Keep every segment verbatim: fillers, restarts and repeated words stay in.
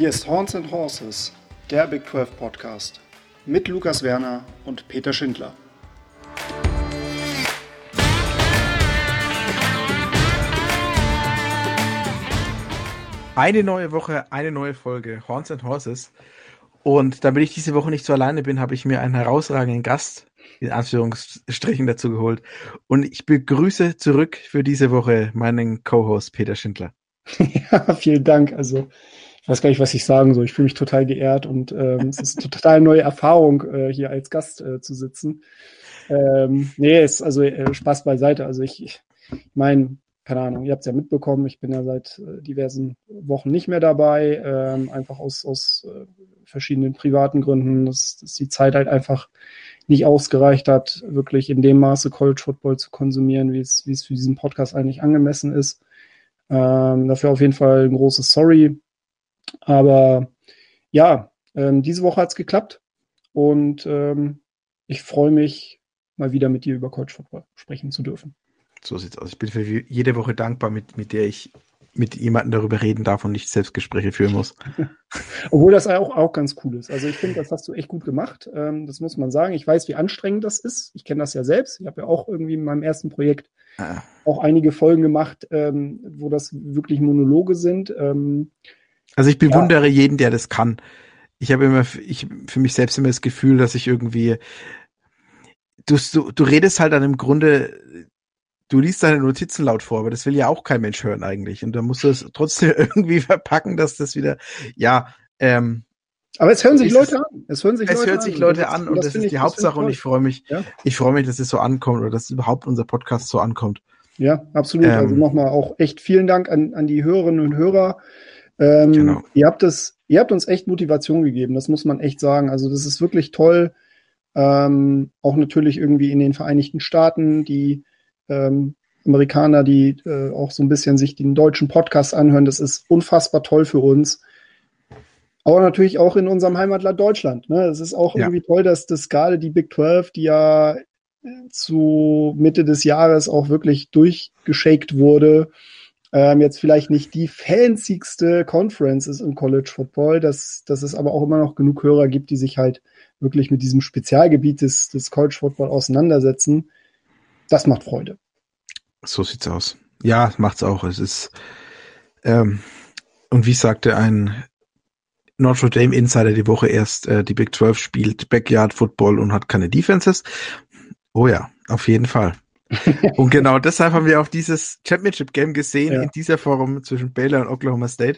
Hier ist Horns and Horses, der Big zwölf Podcast mit Lukas Werner und Peter Schindler. Eine neue Woche, eine neue Folge Horns and Horses. Und damit ich diese Woche nicht so alleine bin, habe ich mir einen herausragenden Gast in Anführungsstrichen dazu geholt. Und ich begrüße zurück für diese Woche meinen Co-Host Peter Schindler. Ja, vielen Dank. Also ich weiß gar nicht, was ich sagen soll. Ich fühle mich total geehrt und ähm, es ist eine total neue Erfahrung, äh, hier als Gast äh, zu sitzen. Ähm, nee, ist also äh, Spaß beiseite. Also ich, ich meine, keine Ahnung, ihr habt es ja mitbekommen, ich bin ja seit äh, diversen Wochen nicht mehr dabei, ähm, einfach aus, aus äh, verschiedenen privaten Gründen, dass, dass die Zeit halt einfach nicht ausgereicht hat, wirklich in dem Maße College Football zu konsumieren, wie es, wie es für diesen Podcast eigentlich angemessen ist. Ähm, dafür auf jeden Fall ein großes Sorry. Aber ja, ähm, diese Woche hat es geklappt und ähm, ich freue mich, mal wieder mit dir über College Football sprechen zu dürfen. So sieht's aus. Ich bin für jede Woche dankbar, mit, mit der ich mit jemandem darüber reden darf und nicht selbst Gespräche führen muss. Obwohl das auch, auch ganz cool ist. Also ich finde, das hast du echt gut gemacht. Ähm, das muss man sagen. Ich weiß, wie anstrengend das ist. Ich kenne das ja selbst. Ich habe ja auch irgendwie in meinem ersten Projekt ah. auch einige Folgen gemacht, ähm, wo das wirklich Monologe sind. Ähm, also ich bewundere ja. jeden, der das kann. Ich habe immer, ich für mich selbst immer das Gefühl, dass ich irgendwie, du, du, du redest halt dann im Grunde, du liest deine Notizen laut vor, aber das will ja auch kein Mensch hören eigentlich. Und dann musst du es trotzdem irgendwie verpacken, dass das wieder, ja, ähm, aber es hören sich Leute an. Es hören sich es Leute hört an. sich Leute das, an und das, das ist ich, die das Hauptsache und ich freue mich, ja? ich freue mich, dass es so ankommt oder dass überhaupt unser Podcast so ankommt. Ja, absolut. Ähm, also nochmal auch echt vielen Dank an, an die Hörerinnen und Hörer. Ähm, genau. Ihr habt es, ihr habt uns echt Motivation gegeben. Das muss man echt sagen. Also das ist wirklich toll. Ähm, auch natürlich irgendwie in den Vereinigten Staaten, die ähm, Amerikaner, die äh, auch so ein bisschen sich den deutschen Podcast anhören. Das ist unfassbar toll für uns. Aber natürlich auch in unserem Heimatland Deutschland. Ne? Es ist auch irgendwie ja. toll, dass das gerade die Big zwölf, die ja zu Mitte des Jahres auch wirklich durchgeschakt wurde, ähm, jetzt vielleicht nicht die fancyste Conference ist im College Football, dass, dass es aber auch immer noch genug Hörer gibt, die sich halt wirklich mit diesem Spezialgebiet des, des College Football auseinandersetzen. Das macht Freude. So sieht's aus. Ja, macht's auch. Es ist ähm, und wie sagte ein Notre Dame Insider die Woche erst, äh, die Big zwölf spielt Backyard Football und hat keine Defenses. Oh ja, auf jeden Fall. Und genau deshalb haben wir auch dieses Championship Game gesehen, ja. in dieser Form zwischen Baylor und Oklahoma State.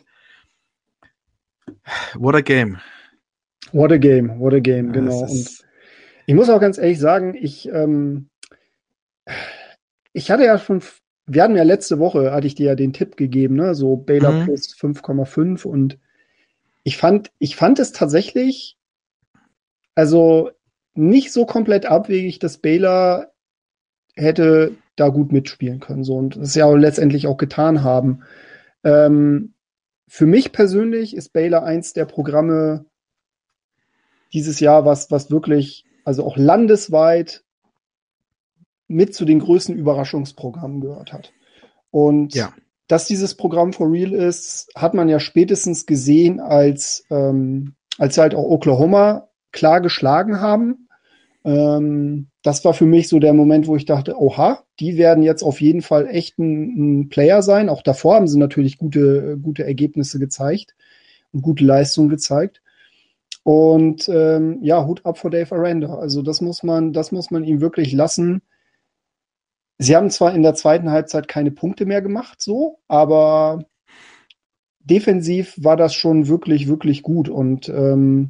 What a game. What a game, what a game, genau. Und ich muss auch ganz ehrlich sagen, ich, ähm, ich hatte ja schon, wir hatten ja letzte Woche, hatte ich dir ja den Tipp gegeben, ne, so Baylor mhm. plus fünf Komma fünf und ich fand, ich fand es tatsächlich, also nicht so komplett abwegig, dass Baylor hätte da gut mitspielen können, so, und das ja auch letztendlich auch getan haben. Ähm, für mich persönlich ist Baylor eins der Programme dieses Jahr, was, was wirklich, also auch landesweit mit zu den größten Überraschungsprogrammen gehört hat. Und ja. dass dieses Programm for real ist, hat man ja spätestens gesehen, als, ähm, als sie halt auch Oklahoma klar geschlagen haben. Ähm, das war für mich so der Moment, wo ich dachte, oha, die werden jetzt auf jeden Fall echt ein, ein Player sein. Auch davor haben sie natürlich gute, gute Ergebnisse gezeigt und gute Leistungen gezeigt. Und ähm, ja, Hut ab vor Dave Aranda. Also das muss man, das muss man ihm wirklich lassen. Sie haben zwar in der zweiten Halbzeit keine Punkte mehr gemacht, so, aber defensiv war das schon wirklich, wirklich gut. Und ähm,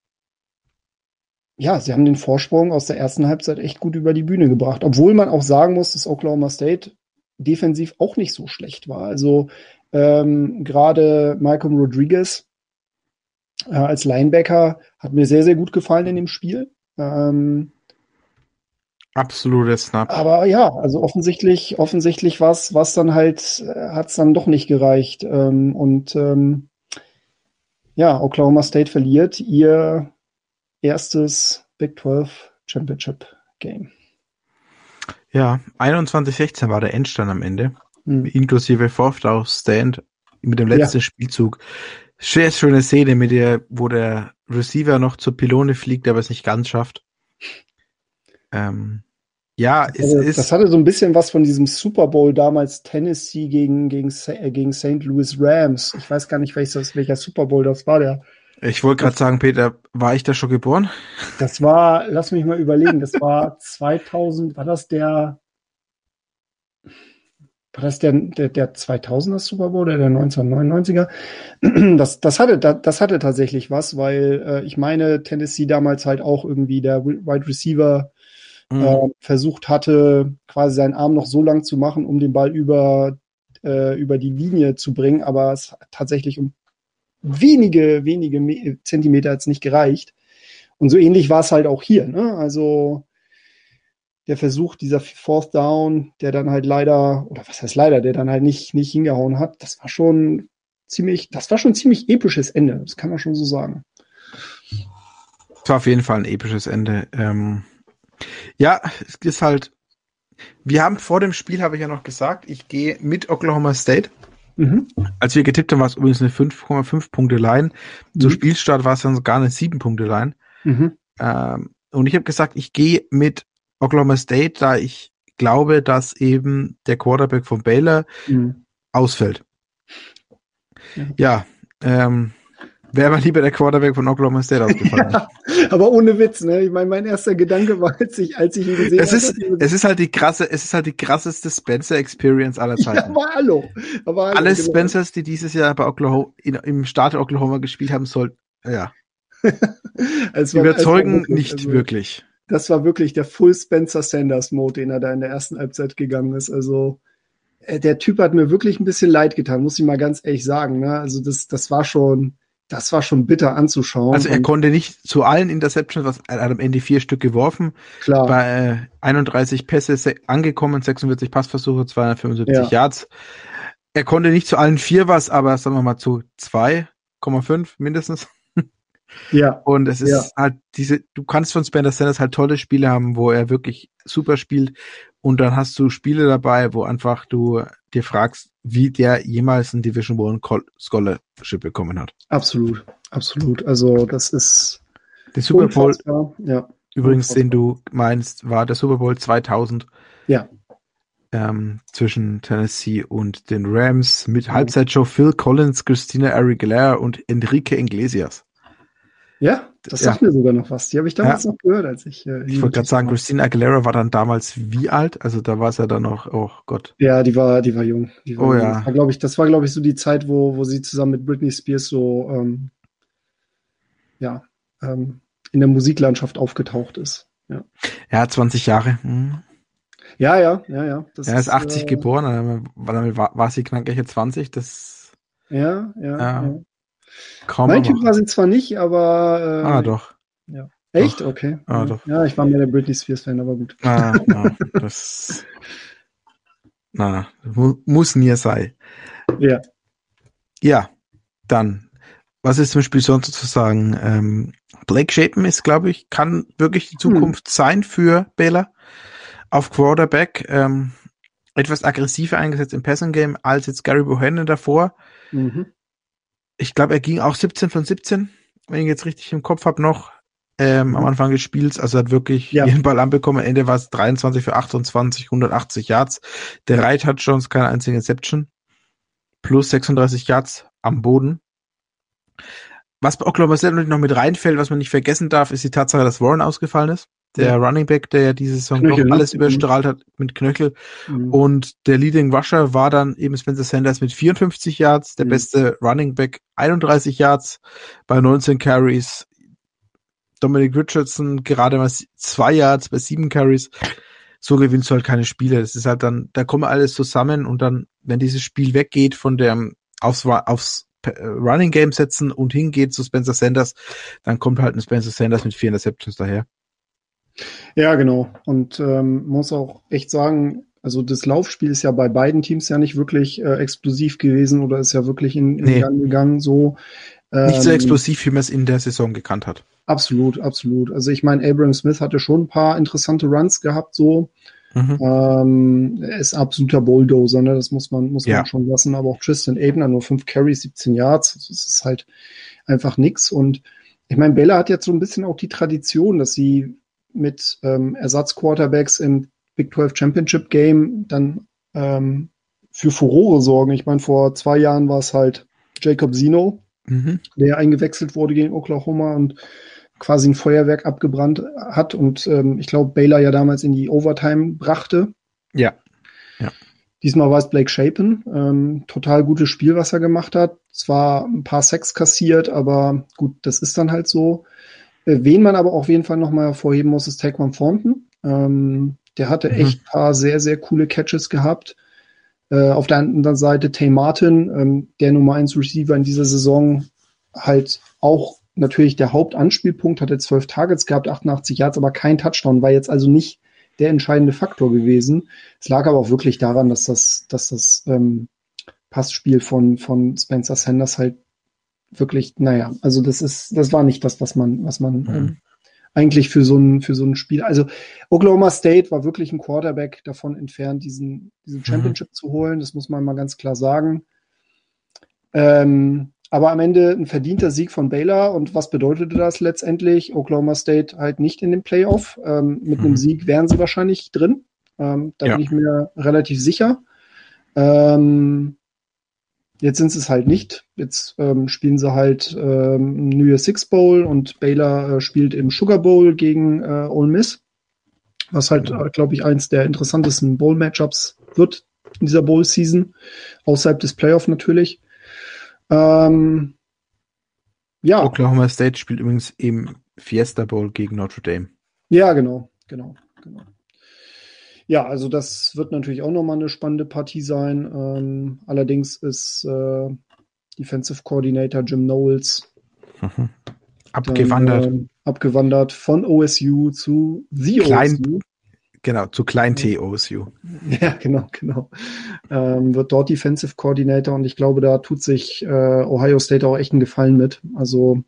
ja, sie haben den Vorsprung aus der ersten Halbzeit echt gut über die Bühne gebracht. Obwohl man auch sagen muss, dass Oklahoma State defensiv auch nicht so schlecht war. Also ähm, gerade Malcolm Rodriguez äh, als Linebacker hat mir sehr, sehr gut gefallen in dem Spiel. Ähm, Absoluter Snap. Aber ja, also offensichtlich, offensichtlich was, was dann halt, äh, hat es dann doch nicht gereicht. Ähm, und ähm, ja, Oklahoma State verliert ihr erstes Big zwölf Championship Game. Ja, einundzwanzig sechzehn war der Endstand am Ende, hm. inklusive Fourth Down Stand mit dem letzten ja. Spielzug. Sehr schöne Szene mit der, wo der Receiver noch zur Pylone fliegt, aber es nicht ganz schafft. Ähm, ja, Das es hatte, ist. das hatte so ein bisschen was von diesem Super Bowl damals Tennessee gegen, gegen, Sa- äh, gegen Saint Louis Rams. Ich weiß gar nicht, welches, welcher Super Bowl das war. Der, Ich wollte gerade sagen, Peter, war ich da schon geboren? das war, lass mich mal überlegen, das war zweitausend, war das der, war das der, der, der zweitausender Super Bowl oder der neunzehnhundertneunundneunziger? Das, das hatte, das, das hatte tatsächlich was, weil äh, ich meine, Tennessee damals halt auch irgendwie der Wide Receiver Mhm. äh, versucht hatte, quasi seinen Arm noch so lang zu machen, um den Ball über, äh, über die Linie zu bringen, aber es hat tatsächlich um wenige, wenige Me- Zentimeter jetzt nicht gereicht. Und so ähnlich war es halt auch hier. Ne? Also der Versuch, dieser Fourth Down, der dann halt leider, oder was heißt leider, der dann halt nicht, nicht hingehauen hat, das war schon ziemlich, das war schon ein ziemlich episches Ende, das kann man schon so sagen. Es war auf jeden Fall ein episches Ende. Ähm, ja, es ist halt, wir haben vor dem Spiel, habe ich ja noch gesagt, ich gehe mit Oklahoma State. Mhm. Als wir getippt haben, war es übrigens eine fünf Komma fünf Punkte Line. Mhm. Zu Spielstart war es dann sogar eine sieben Punkte Line. Mhm. Ähm, und ich habe gesagt, ich gehe mit Oklahoma State, da ich glaube, dass eben der Quarterback von Baylor mhm. ausfällt. Ja, ja ähm, wäre aber lieber der Quarterback von Oklahoma State ausgefallen. Ja, aber ohne Witz, ne? Ich meine, mein erster Gedanke war, als ich, als ich ihn gesehen habe. Es ist halt die krasse, es ist halt die krasseste Spencer-Experience aller Zeiten. Ja, aber hallo. Aber hallo Alle genau. Spencers, die dieses Jahr bei Oklahoma, in, im Staat Oklahoma gespielt haben, sollten, ja. es war, überzeugen es wirklich, nicht also, wirklich. Das war wirklich der Full Spencer Sanders Mode, den er da in der ersten Halbzeit gegangen ist. Also der Typ hat mir wirklich ein bisschen leid getan, muss ich mal ganz ehrlich sagen. Ne? Also das, das war schon, das war schon bitter anzuschauen. Also er konnte nicht zu allen Interceptions, was er hat am Ende vier Stück geworfen, klar. bei äh, einunddreißig Pässe angekommen, sechsundvierzig Passversuche, zweihundertfünfundsiebzig ja. Yards. Er konnte nicht zu allen vier was, aber sagen wir mal zu zwei Komma fünf mindestens. Ja. Und es ist ja. halt diese, du kannst von Spencer Sanders halt tolle Spiele haben, wo er wirklich super spielt. Und dann hast du Spiele dabei, wo einfach du dir fragst, wie der jemals ein Division One Scholarship bekommen hat. Absolut, absolut. Also das ist der Super Bowl. Ja. Übrigens, unfassbar. Den du meinst, war der Super Bowl zweitausend. Ja. Ähm, zwischen Tennessee und den Rams mit ja. Halbzeitshow Phil Collins, Christina Aguilera und Enrique Iglesias. Ja, das sagt ja. mir sogar noch was. Die habe ich damals ja. noch gehört, als ich. Äh, ich wollte gerade sagen, Christina Aguilera war dann damals wie alt? Also da war es ja dann noch, oh Gott. Ja, die war, die war jung. Die war oh jung. ja. Das war, glaube ich, das war, glaube ich, so die Zeit, wo, wo sie zusammen mit Britney Spears so, ähm, ja, ähm, in der Musiklandschaft aufgetaucht ist. Ja, ja zwanzig Jahre. Hm. Ja, ja, ja, ja. Das er ist, ist achtzig äh, geboren, dann war, war sie knackige zwanzig. Das. Ja, ja. ja. ja. Kaum mein Typ war sie zwar nicht, aber. Äh, ah, doch. Ja. Echt? Doch. Okay. Ah, ja. doch. ja, ich war mehr der Britney Spears-Fan, aber gut. Ah, na, das. Na, mu muss nie sein. Ja. Ja, dann. Was ist zum Spiel sonst zu sagen? Ähm, Blake Shapen ist, glaube ich, kann wirklich die Zukunft hm. sein für Baylor. Auf Quarterback. Ähm, etwas aggressiver eingesetzt im Passing Game als jetzt Gary Bohannon davor. Mhm. Ich glaube, er ging auch siebzehn von siebzehn, wenn ich jetzt richtig im Kopf habe noch, ähm, mhm. am Anfang des Spiels. Also hat wirklich ja. jeden Ball anbekommen. Am Ende war es dreiundzwanzig für achtundzwanzig, hundertachtzig Yards. Drei Touchdowns, keine einzige Interception. Plus sechsunddreißig Yards am Boden. Was bei Oklahoma State noch mit reinfällt, was man nicht vergessen darf, ist die Tatsache, dass Warren ausgefallen ist. Der ja. Running Back, der ja diese Saison Knöchel, doch alles ne? überstrahlt hat mit Knöchel. Mhm. Und der Leading Rusher war dann eben Spencer Sanders mit vierundfünfzig Yards. Der mhm. beste Running Back einunddreißig Yards bei neunzehn Carries. Dominic Richardson gerade mal zwei Yards bei sieben Carries. So gewinnst du halt keine Spiele. Das ist halt dann, da kommen alles zusammen und dann, wenn dieses Spiel weggeht von dem aufs, aufs Running Game setzen und hingeht zu Spencer Sanders, dann kommt halt ein Spencer Sanders mit vier Interceptions daher. Ja, genau. Und ähm, muss auch echt sagen, also das Laufspiel ist ja bei beiden Teams ja nicht wirklich äh, explosiv gewesen oder ist ja wirklich in, in nee. Gang gegangen. So ähm, nicht so explosiv, wie man es in der Saison gekannt hat. Absolut, absolut. Also ich meine, Abram Smith hatte schon ein paar interessante Runs gehabt, so. Mhm. Ähm, er ist absoluter Bulldozer, ne? Das muss man, muss man ja. schon lassen. Aber auch Tristan Aitner, nur fünf Carries, siebzehn Yards. Das ist halt einfach nix. Und ich meine, Baylor hat jetzt so ein bisschen auch die Tradition, dass sie mit ähm, Ersatzquarterbacks im Big zwölf Championship Game dann ähm, für Furore sorgen. Ich meine, vor zwei Jahren war es halt Jacob Zeno, mhm. der eingewechselt wurde gegen Oklahoma und quasi ein Feuerwerk abgebrannt hat und ähm, ich glaube, Baylor ja damals in die Overtime brachte. Ja. ja. Diesmal war es Blake Shapen. Ähm, total gutes Spiel, was er gemacht hat. Zwar ein paar Sacks kassiert, aber gut, das ist dann halt so. Äh, wen man aber auf jeden Fall nochmal hervorheben muss, ist Taekwon Thornton. Ähm, der hatte mhm. echt ein paar sehr, sehr coole Catches gehabt. Äh, auf der anderen Seite Tay Martin, ähm, der Nummer eins Receiver in dieser Saison, halt auch natürlich der Hauptanspielpunkt, hatte zwölf Targets gehabt, achtundachtzig Yards, aber kein Touchdown, war jetzt also nicht der entscheidende Faktor gewesen. Es lag aber auch wirklich daran, dass das, dass das ähm, Passspiel von, von Spencer Sanders halt wirklich, naja, also das ist, das war nicht das, was man, was man mhm. ähm, eigentlich für so ein, für so ein Spiel, also Oklahoma State war wirklich ein Quarterback davon entfernt, diesen, diesen Championship mhm. zu holen, das muss man mal ganz klar sagen. Ähm, aber am Ende ein verdienter Sieg von Baylor. Und was bedeutete das letztendlich? Oklahoma State halt nicht in dem Playoff. Ähm, mit mhm. einem Sieg wären sie wahrscheinlich drin. Ähm, da ja. bin ich mir relativ sicher. Ähm, jetzt sind sie es halt nicht. Jetzt ähm, spielen sie halt ähm, New Year's Six Bowl und Baylor äh, spielt im Sugar Bowl gegen äh, Ole Miss. Was halt, äh, glaube ich, eins der interessantesten Bowl-Matchups wird in dieser Bowl-Season. Außerhalb des Playoff natürlich. Ähm, ja. Oklahoma State spielt übrigens im Fiesta Bowl gegen Notre Dame. Ja, genau, genau, genau. Ja, also das wird natürlich auch nochmal eine spannende Partie sein. Ähm, allerdings ist äh, Defensive Coordinator Jim Knowles mhm. abgewandert. Dann, äh, abgewandert von O S U zu The Klein, O S U. Genau, zu Klein T O S U. Ja, genau, genau. Ähm, wird dort Defensive Coordinator und ich glaube, da tut sich äh, Ohio State auch echt einen Gefallen mit. Also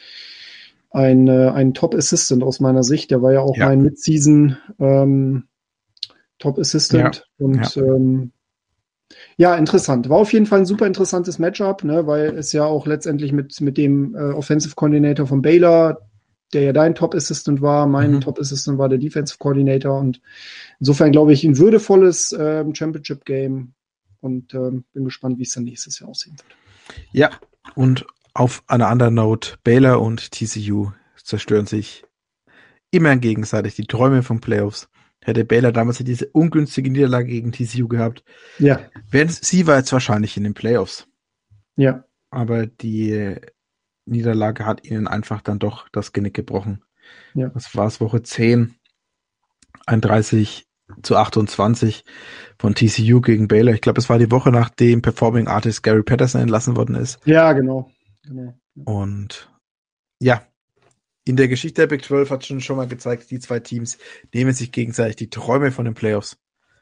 ein, äh, ein Top Assistant aus meiner Sicht, der war ja auch ja. mein Mid-Season ähm, Top Assistant ja. und ja. Ähm, ja, interessant. War auf jeden Fall ein super interessantes Matchup, ne, weil es ja auch letztendlich mit, mit dem äh, Offensive Coordinator von Baylor, der ja dein Top Assistant war, mein mhm. Top Assistant war der Defensive Coordinator und insofern glaube ich ein würdevolles äh, Championship Game und ähm, bin gespannt, wie es dann nächstes Jahr aussehen wird. Ja, und auf einer anderen Note, Baylor und T C U zerstören sich immer gegenseitig die Träume von Playoffs. Hätte Baylor damals diese ungünstige Niederlage gegen T C U gehabt, ja. wären sie war jetzt wahrscheinlich in den Playoffs. Ja. Aber die Niederlage hat ihnen einfach dann doch das Genick gebrochen. Ja. Das war es Woche zehn, einunddreißig zu achtundzwanzig von T C U gegen Baylor. Ich glaube, es war die Woche, nachdem Performing Artist Gary Patterson entlassen worden ist. Ja, genau. genau. Und ja, in der Geschichte der Big zwölf hat schon schon mal gezeigt, die zwei Teams nehmen sich gegenseitig die Träume von den Playoffs.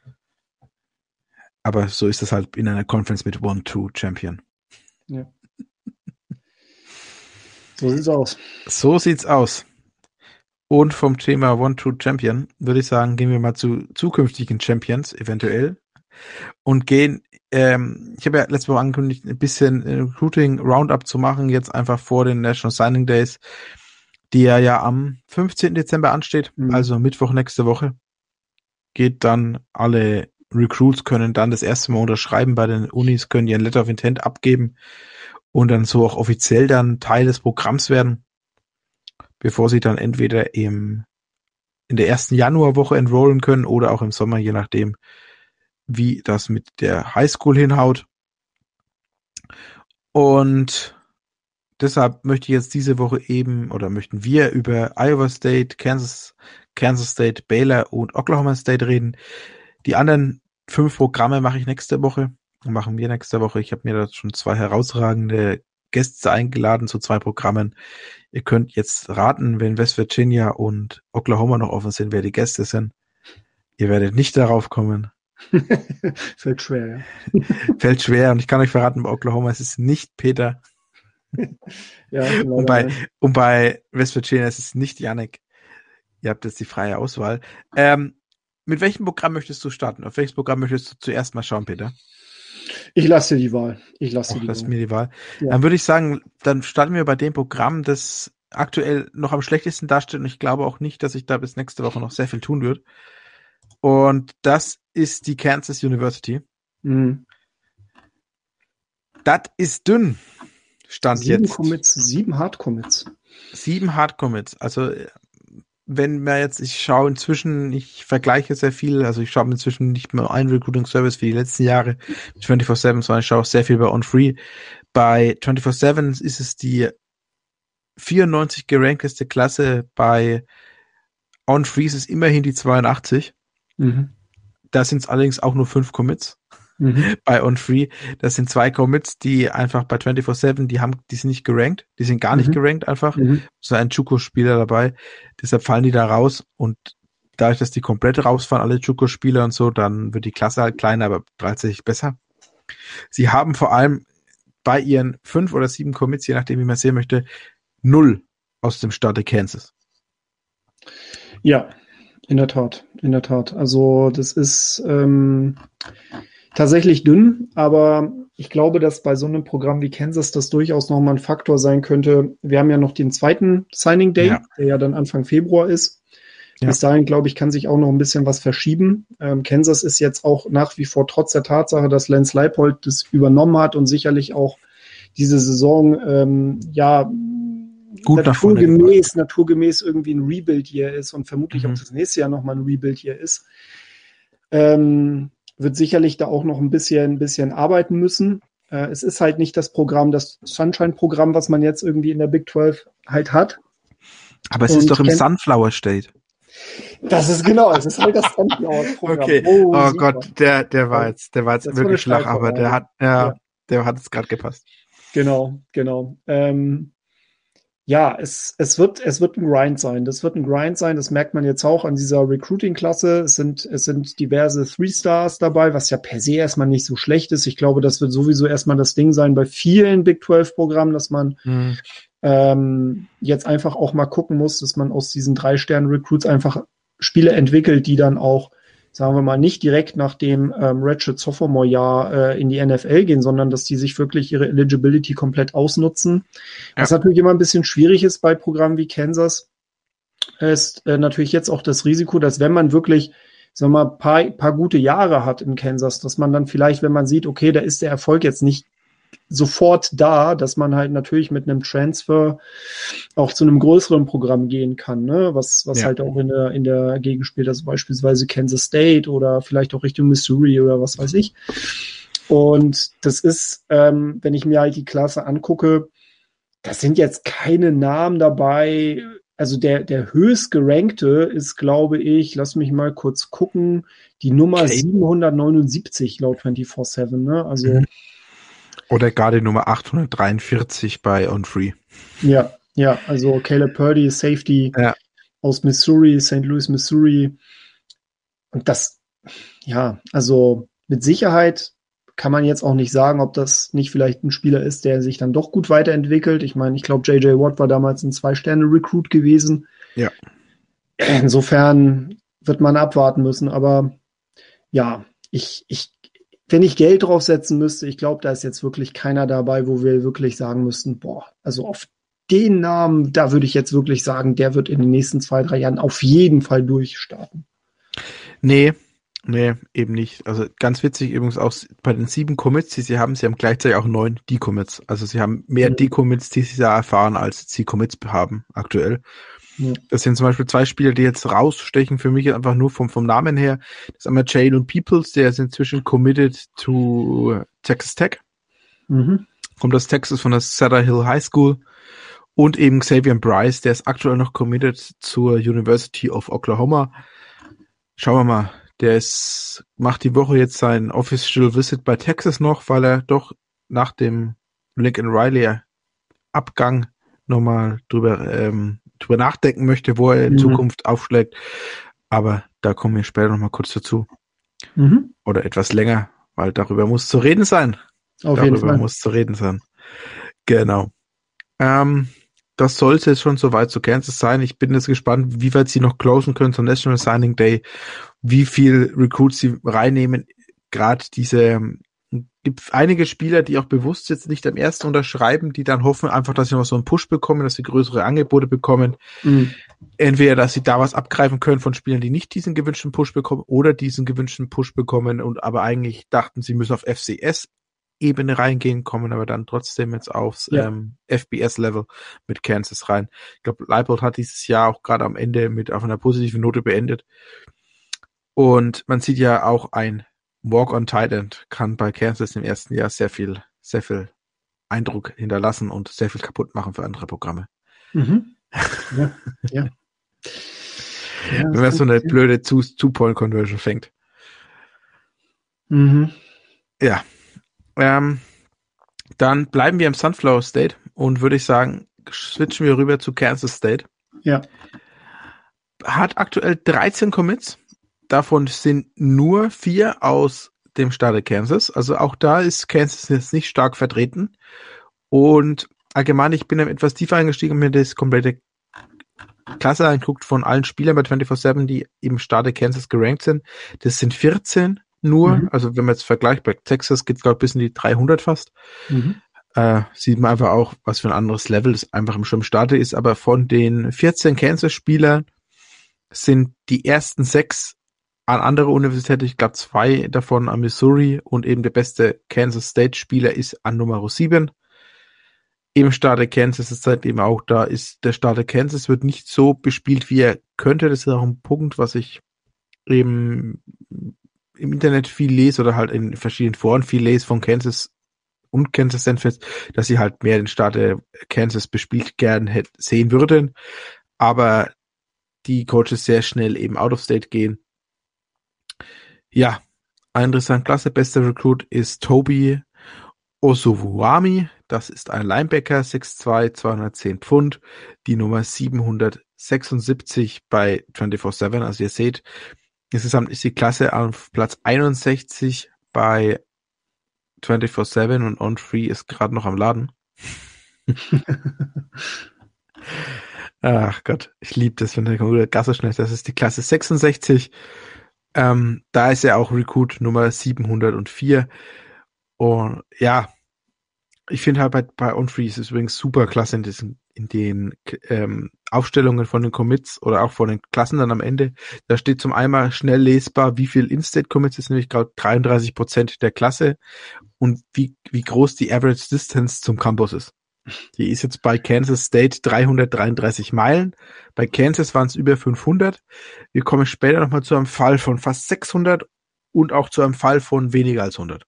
Aber so ist das halt in einer Conference mit one two Champion. Ja. So sieht's aus. So sieht's aus. Und vom Thema one two Champion würde ich sagen, gehen wir mal zu zukünftigen Champions eventuell und gehen, ähm, ich habe ja letzte Woche angekündigt, ein bisschen Recruiting Roundup zu machen, jetzt einfach vor den National Signing Days, die ja, ja am fünfzehnten Dezember ansteht, mhm. also Mittwoch nächste Woche. Geht dann, alle Recruits können dann das erste Mal unterschreiben bei den Unis, können ihren Letter of Intent abgeben und dann so auch offiziell dann Teil des Programms werden, bevor sie dann entweder im in der ersten Januarwoche enrollen können oder auch im Sommer, je nachdem, wie das mit der Highschool hinhaut. Und deshalb möchte ich jetzt diese Woche eben, oder möchten wir über Iowa State, Kansas, Kansas State, Baylor und Oklahoma State reden. Die anderen fünf Programme mache ich nächste Woche, machen wir nächste Woche. Ich habe mir da schon zwei herausragende Gäste eingeladen zu zwei Programmen. Ihr könnt jetzt raten, wenn West Virginia und Oklahoma noch offen sind, wer die Gäste sind. Ihr werdet nicht darauf kommen. Fällt schwer, ja. Fällt schwer und ich kann euch verraten, bei Oklahoma ist es nicht Peter. Ja, und, bei, und bei West Virginia ist es nicht Yannick. Ihr habt jetzt die freie Auswahl. Ähm, mit welchem Programm möchtest du starten? Auf welches Programm möchtest du zuerst mal schauen, Peter? Ich lasse dir die Wahl. Ich lasse dir die lass Wahl. mir die Wahl. Ja. Dann würde ich sagen, dann starten wir bei dem Programm, das aktuell noch am schlechtesten dasteht und ich glaube auch nicht, dass sich da bis nächste Woche noch sehr viel tun wird. Und das ist die Kansas University. Mhm. Das ist dünn. Stand sieben jetzt. Commits, sieben Hard-Commits. Sieben Hard-Commits. Also wenn wir jetzt, ich schaue inzwischen, ich vergleiche sehr viel, also ich schaue inzwischen nicht mehr einen Recruiting-Service wie die letzten Jahre mit vierundzwanzig sieben, sondern ich schaue auch sehr viel bei OnFree. Bei vierundzwanzig sieben ist es die vierundneunzig gerankteste Klasse, bei OnFree ist es immerhin die zweiundachtzig. Mhm. Da sind es allerdings auch nur fünf Commits. Mhm. Bei OnFree, das sind zwei Commits, die einfach bei vierundzwanzig sieben, die haben, die sind nicht gerankt, die sind gar nicht Mhm. gerankt einfach. Mhm. So ein Chuko-Spieler dabei, deshalb fallen die da raus und dadurch, dass die komplett rausfallen, alle Chuko-Spieler und so, dann wird die Klasse halt kleiner, aber tatsächlich besser. Sie haben vor allem bei ihren fünf oder sieben Commits, je nachdem wie man es sehen möchte, null aus dem Staate Kansas. Ja, in der Tat, in der Tat. Also das ist ähm, tatsächlich dünn, aber ich glaube, dass bei so einem Programm wie Kansas das durchaus nochmal ein Faktor sein könnte. Wir haben ja noch den zweiten Signing Day, ja. der ja dann Anfang Februar ist. Ja. Bis dahin, glaube ich, kann sich auch noch ein bisschen was verschieben. Ähm, Kansas ist jetzt auch nach wie vor trotz der Tatsache, dass Lance Leipold das übernommen hat und sicherlich auch diese Saison ähm, ja gut naturgemäß, naturgemäß irgendwie ein Rebuild hier ist und vermutlich mhm. auch das nächste Jahr nochmal ein Rebuild hier ist. Ähm, wird sicherlich da auch noch ein bisschen, ein bisschen arbeiten müssen. Äh, es ist halt nicht das Programm, das Sunshine-Programm, was man jetzt irgendwie in der Big zwölf halt hat. Aber es und ist doch im kenn- Sunflower State. Das ist genau, es ist halt das Sunflower-Programm. Okay, oh, oh Gott, der, der war jetzt, der war jetzt das wirklich flach, aber der hat, ja, ja. der hat es gerade gepasst. Genau, genau. Ähm, Ja, es, es, wird, es wird ein Grind sein. Das wird ein Grind sein. Das merkt man jetzt auch an dieser Recruiting-Klasse. Es sind, es sind diverse Three-Stars dabei, was ja per se erstmal nicht so schlecht ist. Ich glaube, das wird sowieso erstmal das Ding sein bei vielen Big zwölf-Programmen, dass man mhm. ähm, jetzt einfach auch mal gucken muss, dass man aus diesen drei Sternen-Recruits einfach Spiele entwickelt, die dann auch, sagen wir mal, nicht direkt nach dem ähm, Redshirt Sophomore-Jahr äh, in die N F L gehen, sondern dass die sich wirklich ihre Eligibility komplett ausnutzen. Ja. Was natürlich immer ein bisschen schwierig ist bei Programmen wie Kansas, ist äh, natürlich jetzt auch das Risiko, dass wenn man wirklich, sagen wir mal, paar, paar gute Jahre hat in Kansas, dass man dann vielleicht, wenn man sieht, okay, da ist der Erfolg jetzt nicht sofort da, dass man halt natürlich mit einem Transfer auch zu einem größeren Programm gehen kann, ne? Was, was ja. halt auch in der, in der Gegend spielt, also beispielsweise Kansas State oder vielleicht auch Richtung Missouri oder was weiß ich. Und das ist, ähm, wenn ich mir halt die Klasse angucke, das sind jetzt keine Namen dabei. Also der, der höchst gerankte ist, glaube ich, lass mich mal kurz gucken, die Nummer okay. siebenhundertneunundsiebzig laut vierundzwanzig sieben, ne? Also mhm. Oder gar die Nummer achthundertdreiundvierzig bei OnFree. Ja, ja, also Caleb Purdy, Safety ja. aus Missouri, Saint Louis, Missouri. Und das, ja, also mit Sicherheit kann man jetzt auch nicht sagen, ob das nicht vielleicht ein Spieler ist, der sich dann doch gut weiterentwickelt. Ich meine, ich glaube, J J Watt war damals ein Zwei-Sterne-Recruit gewesen. Ja. Insofern wird man abwarten müssen, aber ja, ich, ich wenn ich Geld draufsetzen müsste, ich glaube, da ist jetzt wirklich keiner dabei, wo wir wirklich sagen müssten, boah, also auf den Namen, da würde ich jetzt wirklich sagen, der wird in den nächsten zwei, drei Jahren auf jeden Fall durchstarten. Nee, nee, eben nicht. Also ganz witzig übrigens auch bei den sieben Commits, die sie haben, sie haben gleichzeitig auch neun Decommits. Also sie haben mehr mhm. Decommits, die sie da erfahren, als sie Commits haben aktuell. Ja. Das sind zum Beispiel zwei Spieler, die jetzt rausstechen für mich einfach nur vom, vom Namen her. Das ist einmal Jalen Peoples, der ist inzwischen committed to Texas Tech. Mhm. Kommt aus Texas von der Cedar Hill High School. Und eben Xavier Bryce, der ist aktuell noch committed zur University of Oklahoma. Schauen wir mal, der ist, macht die Woche jetzt sein Official Visit bei Texas noch, weil er doch nach dem Lincoln Riley Abgang nochmal drüber, ähm, drüber nachdenken möchte, wo er in mhm. Zukunft aufschlägt. Aber da kommen wir später nochmal kurz dazu. Mhm. Oder etwas länger, weil darüber muss zu reden sein. Auf darüber jeden Fall. muss zu reden sein. Genau. Ähm, das sollte schon soweit zu Kansas sein. Ich bin jetzt gespannt, wie weit sie noch closen können zum National Signing Day, wie viel Recruits sie reinnehmen. Gerade diese, gibt einige Spieler, die auch bewusst jetzt nicht am ersten unterschreiben, die dann hoffen einfach, dass sie noch so einen Push bekommen, dass sie größere Angebote bekommen. Mhm. Entweder, dass sie da was abgreifen können von Spielern, die nicht diesen gewünschten Push bekommen oder diesen gewünschten Push bekommen und aber eigentlich dachten, sie müssen auf F C S-Ebene reingehen, kommen aber dann trotzdem jetzt aufs ja. ähm, F B S-Level mit Kansas rein. Ich glaube, Leipold hat dieses Jahr auch gerade am Ende mit auf einer positiven Note beendet. Und man sieht ja auch, ein Walk-on-Tight-End kann bei Kansas im ersten Jahr sehr viel, sehr viel Eindruck hinterlassen und sehr viel kaputt machen für andere Programme. Mhm. Ja, ja. ja Wenn man so eine blöde Two-Point-Conversion fängt. Mhm. Ja. Ähm, dann bleiben wir im Sunflower State und würde ich sagen, switchen wir rüber zu Kansas State. Ja. Hat aktuell dreizehn Commits. Davon sind nur vier aus dem Staate Kansas. Also auch da ist Kansas jetzt nicht stark vertreten. Und allgemein, ich bin dann etwas tiefer eingestiegen und mir das komplette Klasse angeguckt von allen Spielern bei vierundzwanzig sieben, die im Staate Kansas gerankt sind. Das sind vierzehn nur. Mhm. Also wenn man jetzt vergleicht, bei Texas geht es glaube ich bis in die dreihundert fast. Mhm. Äh, sieht man einfach auch, was für ein anderes Level das einfach im schon im Staate ist. Aber von den vierzehn Kansas-Spielern sind die ersten sechs an andere Universitäten, ich glaube zwei davon an Missouri und eben der beste Kansas State-Spieler ist an Nummer sieben. Im Staate Kansas ist halt eben auch da, ist der Staate Kansas wird nicht so bespielt, wie er könnte. Das ist auch ein Punkt, was ich eben im Internet viel lese oder halt in verschiedenen Foren viel lese von Kansas und Kansas Stanford, dass sie halt mehr den Staate Kansas bespielt gern hätte, sehen würden. Aber die Coaches sehr schnell eben out of state gehen. Ja, eine interessante Klasse. Bester Recruit ist Toby Osuwami. Das ist ein Linebacker, sechs Fuß zwei, zweihundertzehn Pfund. Die Nummer siebenhundertsechsundsiebzig bei vierundzwanzig sieben. Also ihr seht, insgesamt ist die Klasse auf Platz einundsechzig bei vierundzwanzig sieben und On Free ist gerade noch am Laden. Ach Gott, ich liebe das, wenn der Computer Gasse schnell ist. Das ist die Klasse sechsundsechzig. Ähm, da ist er auch Recruit Nummer siebenhundertvier. Und ja, ich finde halt bei, bei OnFree ist es übrigens super klasse in, diesen, in den ähm, Aufstellungen von den Commits oder auch von den Klassen dann am Ende. Da steht zum einen schnell lesbar, wie viel In-State-Commits ist, nämlich gerade dreiunddreißig Prozent der Klasse und wie, wie groß die Average Distance zum Campus ist. Die ist jetzt bei Kansas State dreihundertdreiunddreißig Meilen. Bei Kansas waren es über fünfhundert. Wir kommen später nochmal zu einem Fall von fast sechshundert und auch zu einem Fall von weniger als hundert.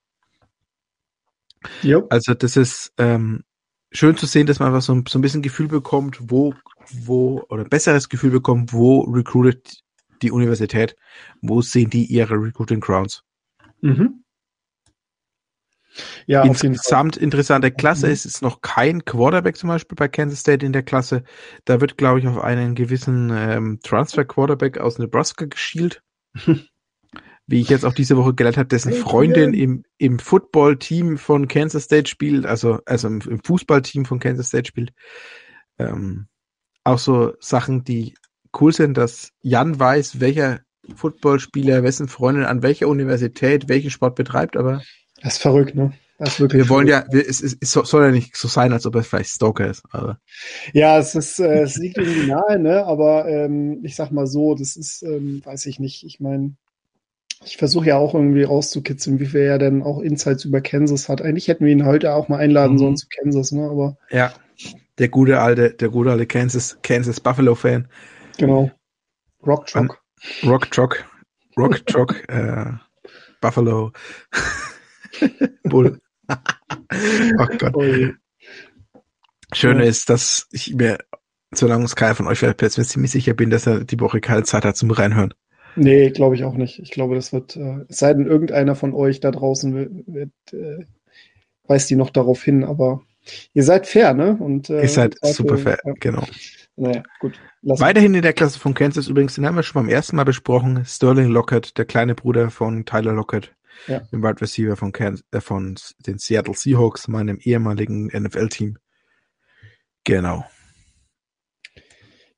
Yep. Also das ist ähm, schön zu sehen, dass man einfach so, so ein bisschen Gefühl bekommt, wo, wo, oder ein besseres Gefühl bekommt, wo recruitet die Universität, wo sehen die ihre Recruiting Grounds. Mhm. Ja, insgesamt interessante Klasse. Mhm. Es ist noch kein Quarterback zum Beispiel bei Kansas State in der Klasse. Da wird, glaube ich, auf einen gewissen ähm, Transfer-Quarterback aus Nebraska geschielt. Wie ich jetzt auch diese Woche gelernt habe, dessen Freundin im, im Football-Team von Kansas State spielt, also, also im, im Fußballteam von Kansas State spielt. Ähm, auch so Sachen, die cool sind, dass Jan weiß, welcher Footballspieler, wessen Freundin an welcher Universität welchen Sport betreibt, aber das ist verrückt, ne? Das ist wirklich wir wollen verrückt. ja, wir, es, es, es soll ja nicht so sein, als ob er vielleicht Stalker ist. Aber. Ja, es ist, äh, es liegt irgendwie nahe, ne? Aber ähm, ich sag mal so, das ist, ähm, weiß ich nicht. Ich meine, ich versuche ja auch irgendwie rauszukitzeln, wie viel er denn auch Insights über Kansas hat. Eigentlich hätten wir ihn heute auch mal einladen mhm. sollen zu Kansas, ne? Aber ja, der gute alte, der gute alte Kansas, Kansas Buffalo Fan. Genau. Rock Chalk. Rock Chalk. Rock Chalk. äh, Buffalo. Bull. Oh Gott. Oh Schöne ja. ist, dass ich mir, solange es keiner von euch vielleicht mir ziemlich sicher bin, dass er die Woche keine Zeit hat zum Reinhören. Nee, glaube ich auch nicht. Ich glaube, das wird, äh, es sei denn, irgendeiner von euch da draußen wird, wird äh, weist die noch darauf hin, aber ihr seid fair, ne? Und, äh, ihr seid super fair, ja. Genau. Naja, gut. Weiterhin in der Klasse von Kansas übrigens, den haben wir schon beim ersten Mal besprochen, Sterling Lockett, der kleine Bruder von Tyler Lockett, ja. dem Wide Receiver von, Kansas, äh, von den Seattle Seahawks, meinem ehemaligen N F L-Team. Genau.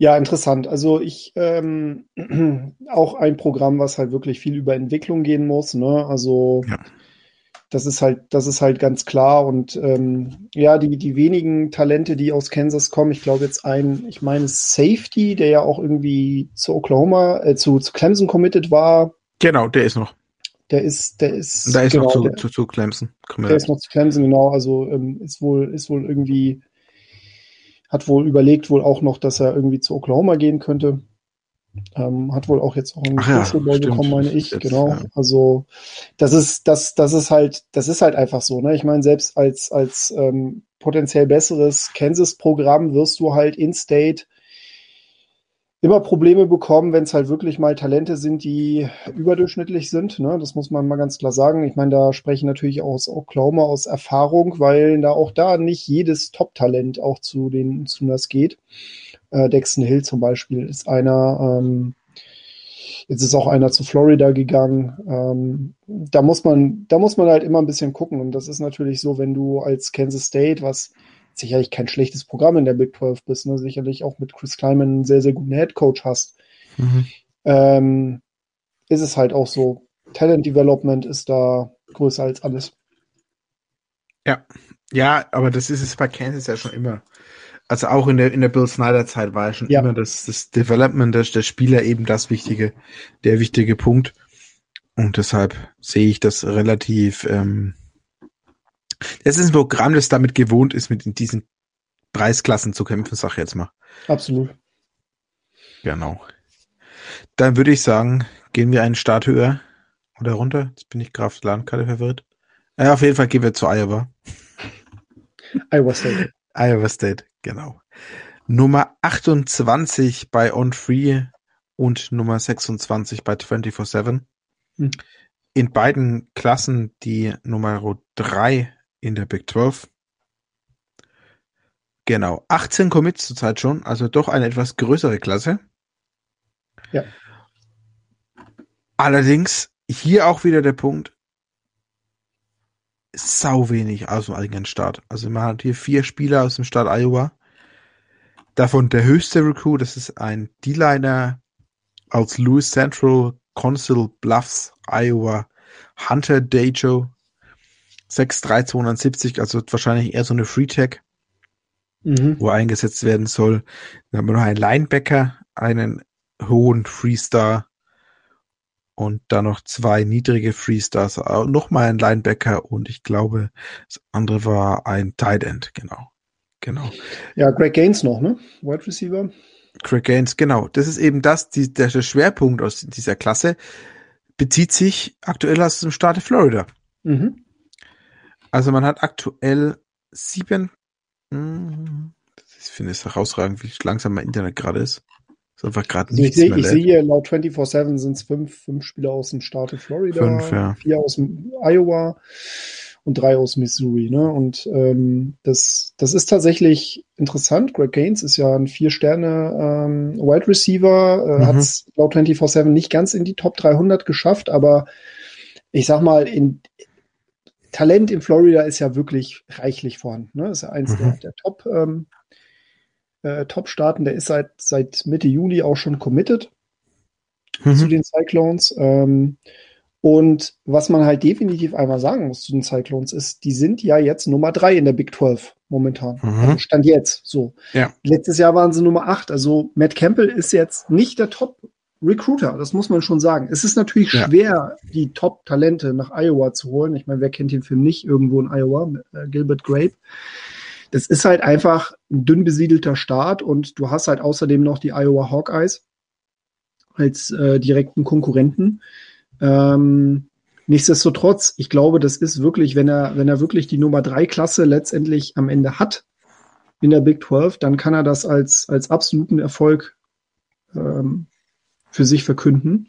Ja, interessant. Also ich ähm, auch ein Programm, was halt wirklich viel über Entwicklung gehen muss, ne? Also Ja. das ist halt, das ist halt ganz klar. Und ähm, ja, die, die wenigen Talente, die aus Kansas kommen, ich glaube jetzt ein, ich meine Safety, der ja auch irgendwie zu Oklahoma, äh, zu, zu Clemson committed war, Genau, der ist noch. der ist, der Da ist, ist noch genau, zu, der, zu, zu Clemson der ist committed. noch zu Clemson, genau. Also ähm, ist wohl, ist wohl irgendwie, hat wohl überlegt, wohl auch noch, dass er irgendwie zu Oklahoma gehen könnte. Ähm, hat wohl auch jetzt auch einen Ach ja, Pro Bowl bekommen, stimmt. meine Das ist ich, jetzt, genau. ja. Also das ist, das, das ist halt, das ist halt einfach so, ne? Ich meine, selbst als, als ähm, potenziell besseres Kansas-Programm wirst du halt in-State immer Probleme bekommen, wenn es halt wirklich mal Talente sind, die überdurchschnittlich sind. Ne? Das muss man mal ganz klar sagen. Ich meine, da spreche ich natürlich aus Oklahoma aus Erfahrung, weil da auch da nicht jedes Top-Talent auch zu den Sooners geht. Äh, Dexton Hill zum Beispiel ist einer. Ähm, jetzt ist auch einer zu Florida gegangen. Ähm, da muss man, da muss man halt immer ein bisschen gucken. Und das ist natürlich so, wenn du als Kansas State, was sicherlich kein schlechtes Programm in der Big zwölf bist, ne? Sicherlich auch mit Chris Kleiman einen sehr, sehr guten Headcoach hast, Mhm. ähm, ist es halt auch so. Talent Development ist da größer als alles. Ja. Ja, aber das ist es bei Kansas ja schon immer. Also auch in der, in der Bill Snyder-Zeit war ja schon Ja, immer das, das Development der, der Spieler eben das wichtige, der wichtige Punkt. Und deshalb sehe ich das relativ, ähm, das ist ein Programm, das damit gewohnt ist, mit in diesen Preisklassen zu kämpfen, sag ich jetzt mal. absolut. Genau. Dann würde ich sagen, gehen wir einen Start höher oder runter. Jetzt bin ich gerade auf der Landkarte verwirrt. Ja, auf jeden Fall gehen wir zu Iowa. Iowa State. Iowa State, genau. Nummer achtundzwanzig bei On Free und Nummer sechsundzwanzig bei vierundzwanzig sieben. Hm. In beiden Klassen die Nummer drei in der Big zwölf. Genau, achtzehn Commits zurzeit schon, also doch eine etwas größere Klasse. Ja. Allerdings hier auch wieder der Punkt, sau wenig aus dem eigenen Staat. Also man hat hier vier Spieler aus dem Staat Iowa. Davon der höchste Recruit, das ist ein D-Liner aus Louis Central, Council Bluffs, Iowa, Hunter Dejo, sechs drei zweihundertsiebzig, also wahrscheinlich eher so eine Free-Tech, Mhm. wo eingesetzt werden soll. Dann haben wir noch einen Linebacker, einen hohen Freestar und dann noch zwei niedrige Freestars, nochmal ein Linebacker und ich glaube, das andere war ein Tight End, genau. Genau. Ja, Greg Gaines noch, ne? Wide Receiver. Craig Gaines, genau. Das ist eben das, die, der, der Schwerpunkt aus dieser Klasse bezieht sich aktuell aus dem Staat Florida. Mhm. Also man hat aktuell sieben, mh, ich finde es herausragend, wie langsam mein Internet gerade ist. Ist einfach gerade Also ich nichts sehe, mehr ich sehe lädt. hier laut vierundzwanzig sieben sind es fünf, fünf Spieler aus dem Staate Fünf, Florida, ja. vier aus dem Iowa und drei aus Missouri. Ne? Und ähm, das, das ist tatsächlich interessant. Greg Gaines ist ja ein Vier-Sterne ähm, Wide Receiver, äh, hat Mhm. es laut vierundzwanzig sieben nicht ganz in die Top dreihundert geschafft, aber ich sag mal, in Talent in Florida ist ja wirklich reichlich vorhanden. Ne? Ist ja eins Mhm. der, der Top, ähm, äh, Top-Staaten. Der ist seit, seit Mitte Juli auch schon committed zu Mhm. den Cyclones. Ähm, und was man halt definitiv einmal sagen muss zu den Cyclones ist, die sind ja jetzt Nummer drei in der Big zwölf momentan. Also Mhm. Stand jetzt so. Ja. Letztes Jahr waren sie Nummer acht. Also Matt Campbell ist jetzt nicht der Top-Recruiter, das muss man schon sagen. Es ist natürlich Ja. schwer, die Top-Talente nach Iowa zu holen. Ich meine, wer kennt den Film nicht irgendwo in Iowa? Äh, Gilbert Grape. Das ist halt einfach ein dünn besiedelter Staat und du hast halt außerdem noch die Iowa Hawkeyes als äh, direkten Konkurrenten. Ähm, nichtsdestotrotz, ich glaube, das ist wirklich, wenn er, wenn er wirklich die Nummer drei Klasse letztendlich am Ende hat in der Big zwölf, dann kann er das als, als absoluten Erfolg ähm, für sich verkünden.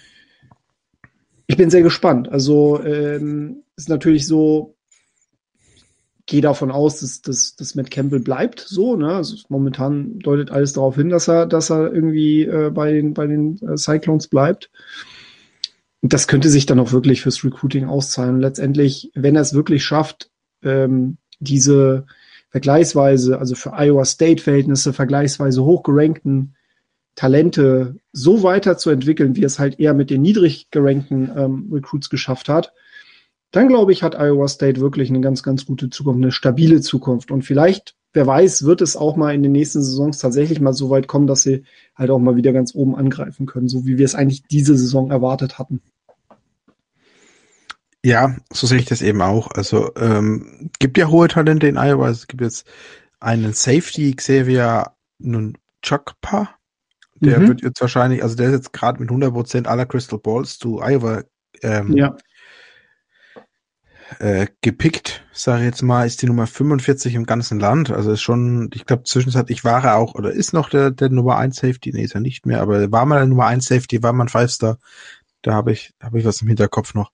Ich bin sehr gespannt. Also ähm, ist natürlich so, gehe davon aus, dass, dass, dass Matt Campbell bleibt so. Ne? Also momentan deutet alles darauf hin, dass er, dass er irgendwie äh, bei den, bei den äh, Cyclones bleibt. Und das könnte sich dann auch wirklich fürs Recruiting auszahlen. Und letztendlich, wenn er es wirklich schafft, ähm, diese vergleichsweise, also für Iowa State-Verhältnisse vergleichsweise hochgerankten Talente so weiterzuentwickeln, wie es halt eher mit den niedrig gerankten ähm, Recruits geschafft hat, dann glaube ich, hat Iowa State wirklich eine ganz, ganz gute Zukunft, eine stabile Zukunft. Und vielleicht, wer weiß, wird es auch mal in den nächsten Saisons tatsächlich mal so weit kommen, dass sie halt auch mal wieder ganz oben angreifen können, so wie wir es eigentlich diese Saison erwartet hatten. Ja, so sehe ich das eben auch. Also ähm, gibt ja hohe Talente in Iowa. Es gibt jetzt einen Safety, Xavier Nunchakpa. Der mhm. wird jetzt wahrscheinlich, also der ist jetzt gerade mit hundert Prozent aller Crystal Balls zu Iowa ähm, ja. äh, gepickt, sage ich jetzt mal, ist die Nummer fünfundvierzig im ganzen Land. Also ist schon, ich glaube zwischenzeitlich war er auch, oder ist noch der, der Nummer eins Safety, nee, ist er nicht mehr, aber war mal der Nummer eins Safety, war mal ein Five-Star. Da habe ich, habe ich was im Hinterkopf noch.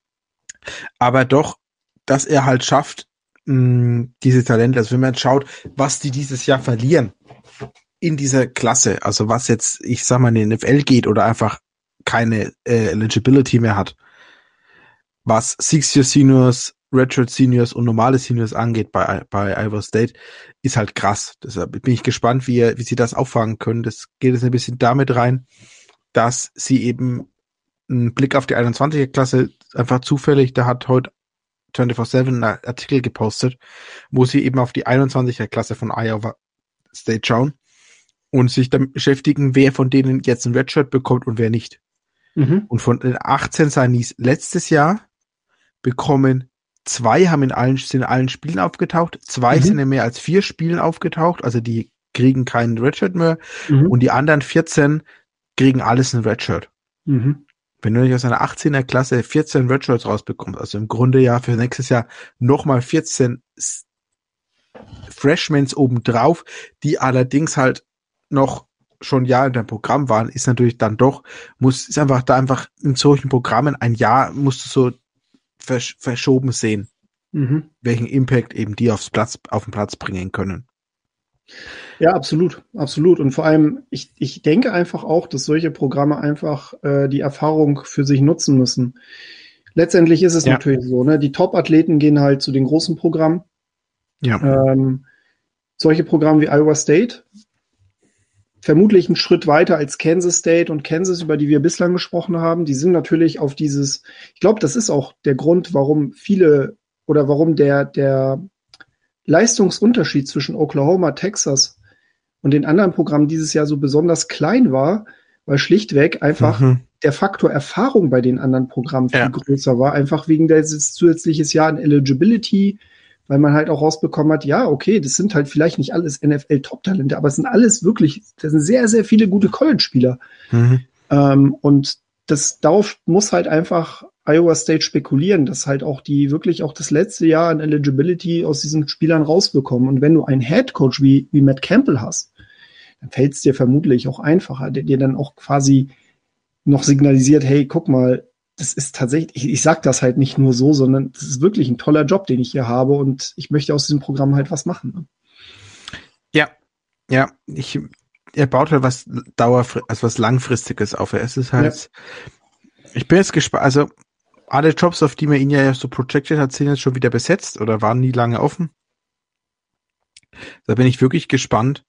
Aber doch, dass er halt schafft, mh, diese Talente, also wenn man jetzt schaut, was die dieses Jahr verlieren in dieser Klasse, also was jetzt, ich sag mal, in den N F L geht oder einfach keine äh, Eligibility mehr hat, was Six-Year-Seniors, Redshirt-Seniors und normale Seniors angeht bei, bei Iowa State, ist halt krass. Deshalb bin ich gespannt, wie, wie sie das auffangen können. Das geht jetzt ein bisschen damit rein, dass sie eben einen Blick auf die einundzwanziger-Klasse einfach zufällig, da hat heute vierundzwanzig sieben einen Artikel gepostet, wo sie eben auf die einundzwanziger-Klasse von Iowa State schauen und sich damit beschäftigen, wer von denen jetzt ein Redshirt bekommt und wer nicht. Mhm. Und von den achtzehn Signees letztes Jahr bekommen zwei, haben in allen, sind in allen Spielen aufgetaucht, zwei mhm. sind in mehr als vier Spielen aufgetaucht, also die kriegen keinen Redshirt mehr mhm. und die anderen vierzehn kriegen alles ein Redshirt. Mhm. Wenn du nicht aus einer achtzehner Klasse vierzehn Redshirts rausbekommst, also im Grunde ja für nächstes Jahr nochmal vierzehn Freshmans obendrauf, die allerdings halt noch schon ein Jahr in deinem Programm waren, ist natürlich dann doch, muss, ist einfach da einfach in solchen Programmen ein Jahr musst du so versch- verschoben sehen, mhm. welchen Impact eben die aufs Platz, auf den Platz bringen können. Ja, absolut, absolut. Und vor allem, ich, ich denke einfach auch, dass solche Programme einfach äh, die Erfahrung für sich nutzen müssen. Letztendlich ist es ja. natürlich so, ne? Die Top-Athleten gehen halt zu den großen Programmen. Ja. Ähm, solche Programme wie Iowa State, vermutlich einen Schritt weiter als Kansas State und Kansas, über die wir bislang gesprochen haben. Die sind natürlich auf dieses, ich glaube, das ist auch der Grund, warum viele oder warum der, der Leistungsunterschied zwischen Oklahoma, Texas und den anderen Programmen dieses Jahr so besonders klein war, weil schlichtweg einfach mhm. der Faktor Erfahrung bei den anderen Programmen viel ja. größer war, einfach wegen des zusätzliches Jahr an Eligibility, weil man halt auch rausbekommen hat, ja, okay, das sind halt vielleicht nicht alles N F L-Top-Talente, aber es sind alles wirklich, das sind sehr, sehr viele gute College-Spieler. Mhm. Ähm, und das, darauf muss halt einfach Iowa State spekulieren, dass halt auch die wirklich auch das letzte Jahr an Eligibility aus diesen Spielern rausbekommen. Und wenn du einen Headcoach wie, wie Matt Campbell hast, dann fällt es dir vermutlich auch einfacher, der dir dann auch quasi noch signalisiert, hey, guck mal, das ist tatsächlich, ich, ich sag das halt nicht nur so, sondern das ist wirklich ein toller Job, den ich hier habe und ich möchte aus diesem Programm halt was machen. Ne? Ja, ja, ich, er baut halt was Dauerfri- also was Langfristiges auf. Es ist halt, ja. ich bin jetzt gespannt, also alle Jobs, auf die man ihn ja so projected hat, sind jetzt schon wieder besetzt oder waren nie lange offen. Da bin ich wirklich gespannt,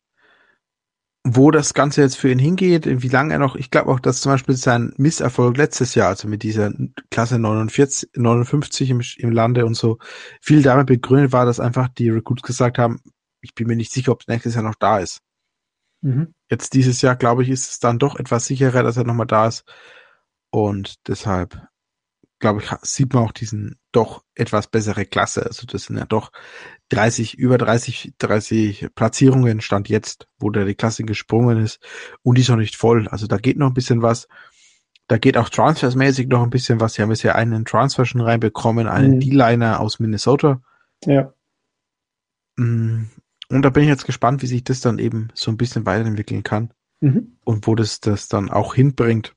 wo das Ganze jetzt für ihn hingeht, wie lange er noch, ich glaube auch, dass zum Beispiel sein Misserfolg letztes Jahr, also mit dieser Klasse neunundvierzig, neunundfünfzig im, im Lande und so, viel damit begründet war, dass einfach die Recruits gesagt haben, ich bin mir nicht sicher, ob es nächstes Jahr noch da ist. Mhm. Jetzt dieses Jahr, glaube ich, ist es dann doch etwas sicherer, dass er nochmal da ist. Und deshalb, glaube ich, sieht man auch diesen doch etwas bessere Klasse. Also das sind ja doch dreißig, über dreißig, dreißig Platzierungen Stand jetzt, wo da die Klasse gesprungen ist. Und die ist noch nicht voll. Also da geht noch ein bisschen was. Da geht auch transfersmäßig noch ein bisschen was. Sie haben jetzt ja einen Transfer schon reinbekommen, einen mhm. D-Liner aus Minnesota. Ja. Und da bin ich jetzt gespannt, wie sich das dann eben so ein bisschen weiterentwickeln kann. Mhm. Und wo das das dann auch hinbringt.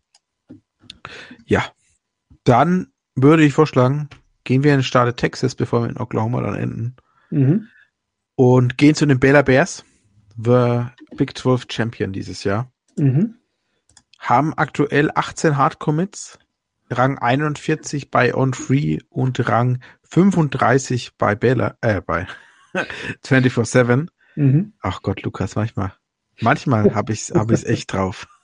Ja. Dann würde ich vorschlagen, gehen wir in den Staat Texas, bevor wir in Oklahoma dann enden. Mhm. Und gehen zu den Baylor Bears, the Big zwölf Champion dieses Jahr. Mhm. Haben aktuell achtzehn Hardcommits, Rang einundvierzig bei On Free und Rang fünfunddreißig bei Baylor, äh, bei vierundzwanzig sieben. Mhm. Ach Gott, Lukas, manchmal, manchmal habe ich es hab ich's echt drauf.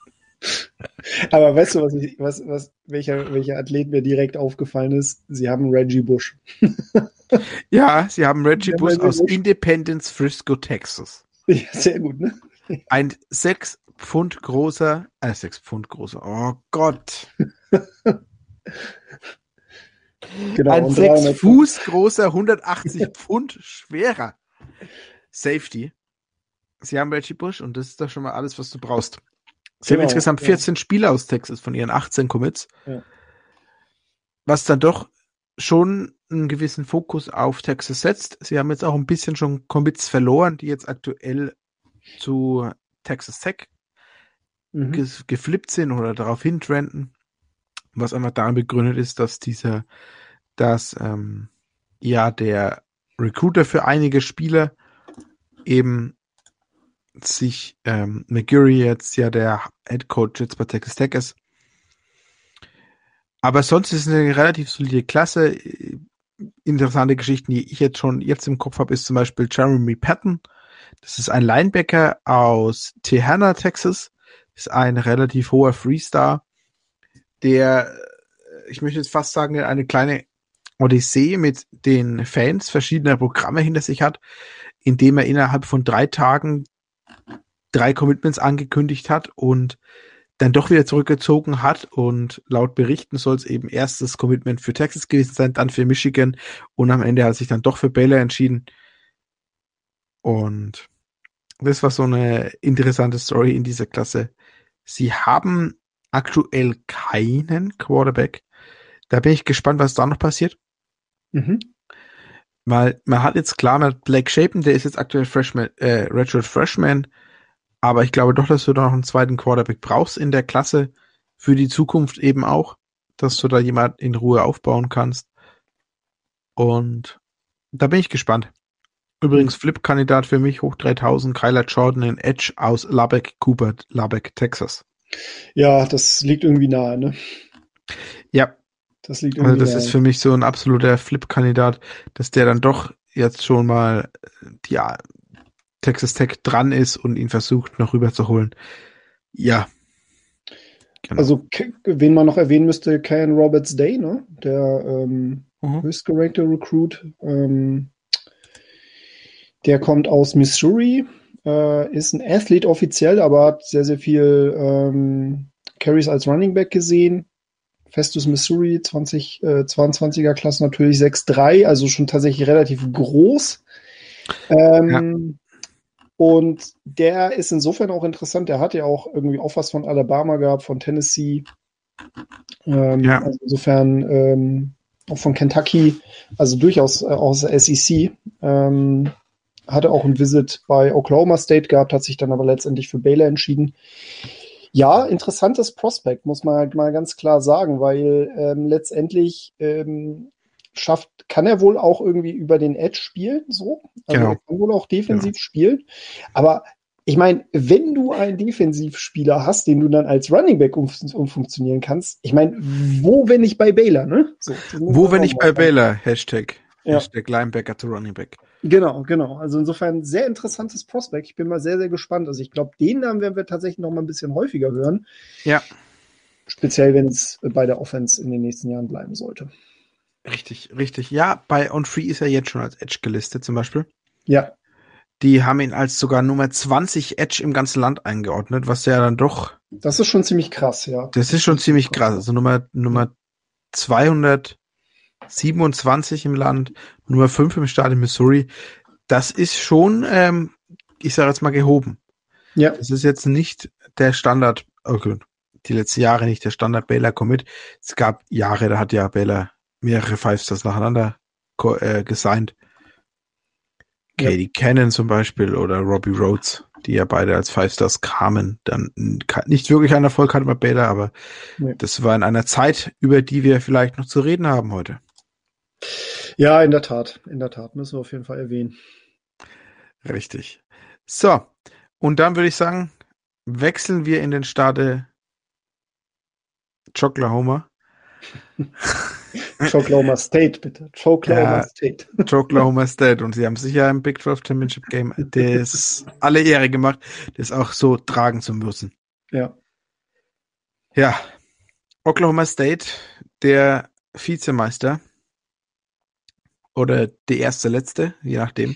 Aber weißt du, was ich, was, was, welcher, welcher Athlet mir direkt aufgefallen ist? Sie haben Reggie Bush. Ja, sie haben Reggie Ja, Bush Reggie aus Bush. Independence, Frisco, Texas. Ja, sehr gut, ne? Ein sechs Pfund großer, äh, sechs Pfund großer, oh Gott. Genau, Ein und sechs dreihundert Fuß großer, hundertachtzig Pfund schwerer Safety. Sie haben Reggie Bush und das ist doch schon mal alles, was du brauchst. Sie Genau, haben insgesamt ja. vierzehn Spieler aus Texas von ihren achtzehn Commits. Ja. Was dann doch schon einen gewissen Fokus auf Texas setzt. Sie haben jetzt auch ein bisschen schon Commits verloren, die jetzt aktuell zu Texas Tech Mhm. ge geflippt sind oder darauf hintrenden, was einfach daran begründet ist, dass dieser, dass ähm, ja der Recruiter für einige Spieler eben sich ähm, McGurry jetzt ja der Head Coach jetzt bei Texas Tech ist. Aber sonst ist es eine relativ solide Klasse. Interessante Geschichten, die ich jetzt schon jetzt im Kopf habe, ist zum Beispiel Jeremy Patton. Das ist ein Linebacker aus Tehana, Texas. Ist ein relativ hoher Freestar, der, ich möchte jetzt fast sagen, eine kleine Odyssee mit den Fans verschiedener Programme hinter sich hat, indem er innerhalb von drei Tagen drei Commitments angekündigt hat und dann doch wieder zurückgezogen hat, und laut Berichten soll es eben erstes Commitment für Texas gewesen sein, dann für Michigan, und am Ende hat er sich dann doch für Baylor entschieden. Und das war so eine interessante Story in dieser Klasse. Sie haben aktuell keinen Quarterback. Da bin ich gespannt, was da noch passiert. Mhm. Weil man hat jetzt klar, man hat Blake Shapen, der ist jetzt aktuell Freshman, äh, Redshirt Freshman, aber ich glaube doch, dass du da noch einen zweiten Quarterback brauchst in der Klasse für die Zukunft eben auch, dass du da jemand in Ruhe aufbauen kannst. Und da bin ich gespannt. Übrigens, Flip-Kandidat für mich, hoch dreitausend, Kyler Jordan in Edge aus Lubbock, Cooper, Lubbock, Texas. Ja, das liegt irgendwie nahe, ne? Ja, Das liegt also irgendwie das nahe. ist für mich so ein absoluter Flip-Kandidat, dass der dann doch jetzt schon mal die ja, Texas Tech dran ist und ihn versucht noch rüberzuholen. Ja, genau. Also, K- wen man noch erwähnen müsste, Ken Roberts Day, ne? Der ähm, Mhm. höchstgerankte Recruit. Ähm, der kommt aus Missouri, äh, ist ein Athlet offiziell, aber hat sehr, sehr viel ähm, Carries als Running Back gesehen. Festus Missouri, zwanzig, äh, zweiundzwanziger Klasse natürlich sechs drei, also schon tatsächlich relativ groß. Ähm, ja. Und der ist insofern auch interessant. Der hat ja auch irgendwie auch was von Alabama gehabt, von Tennessee. Ähm, ja. Also insofern ähm, auch von Kentucky, also durchaus äh, aus der S E C. Ähm, hatte auch ein Visit bei Oklahoma State gehabt, hat sich dann aber letztendlich für Baylor entschieden. Ja, interessantes Prospect, muss man halt mal ganz klar sagen, weil ähm, letztendlich ähm, schafft, kann er wohl auch irgendwie über den Edge spielen, so. Also Genau. er kann wohl auch defensiv genau. spielen. Aber ich meine, wenn du einen Defensivspieler hast, den du dann als Running Back umf- umfunktionieren kannst, ich meine, wo, wenn nicht bei Baylor, ne? So, wo, wenn nicht bei Baylor? Hashtag. Ja. Hashtag Linebacker to Running Back. Genau, genau. Also insofern sehr interessantes Prospect. Ich bin mal sehr, sehr gespannt. Also ich glaube, den Namen werden wir tatsächlich noch mal ein bisschen häufiger hören. Ja. Speziell, wenn es bei der Offense in den nächsten Jahren bleiben sollte. Richtig, richtig. Ja, bei On Free ist er jetzt schon als Edge gelistet zum Beispiel. Ja. Die haben ihn als sogar Nummer zwanzig Edge im ganzen Land eingeordnet, was ja dann doch... Das ist schon ziemlich krass, ja. Das, das ist schon ziemlich krass. krass. Also Nummer, Nummer ja. zweihundertsiebenundzwanzig im Land, Nummer fünf im Staat in Missouri. Das ist schon, ähm, ich sage jetzt mal, gehoben. Ja. Das ist jetzt nicht der Standard, okay, die letzten Jahre nicht der Standard Baylor Commit. Es gab Jahre, da hat ja Baylor mehrere Five Stars nacheinander äh, gesigned. Ja. Katie Cannon zum Beispiel oder Robbie Rhodes, die ja beide als Five Stars kamen, dann nicht wirklich einen Erfolg hatten bei Baylor, aber ja. Das war in einer Zeit, über die wir vielleicht noch zu reden haben heute. Ja, in der Tat, in der Tat, müssen wir auf jeden Fall erwähnen. Richtig. So, und dann würde ich sagen, wechseln wir in den Staate Choklahoma. Choklahoma State, bitte. Choklahoma ja, State. Choklahoma State. Und sie haben sicher im Big zwölf Championship Game das alle Ehre gemacht, das auch so tragen zu müssen. Ja. Ja, Oklahoma State, der Vizemeister oder der erste Letzte, je nachdem.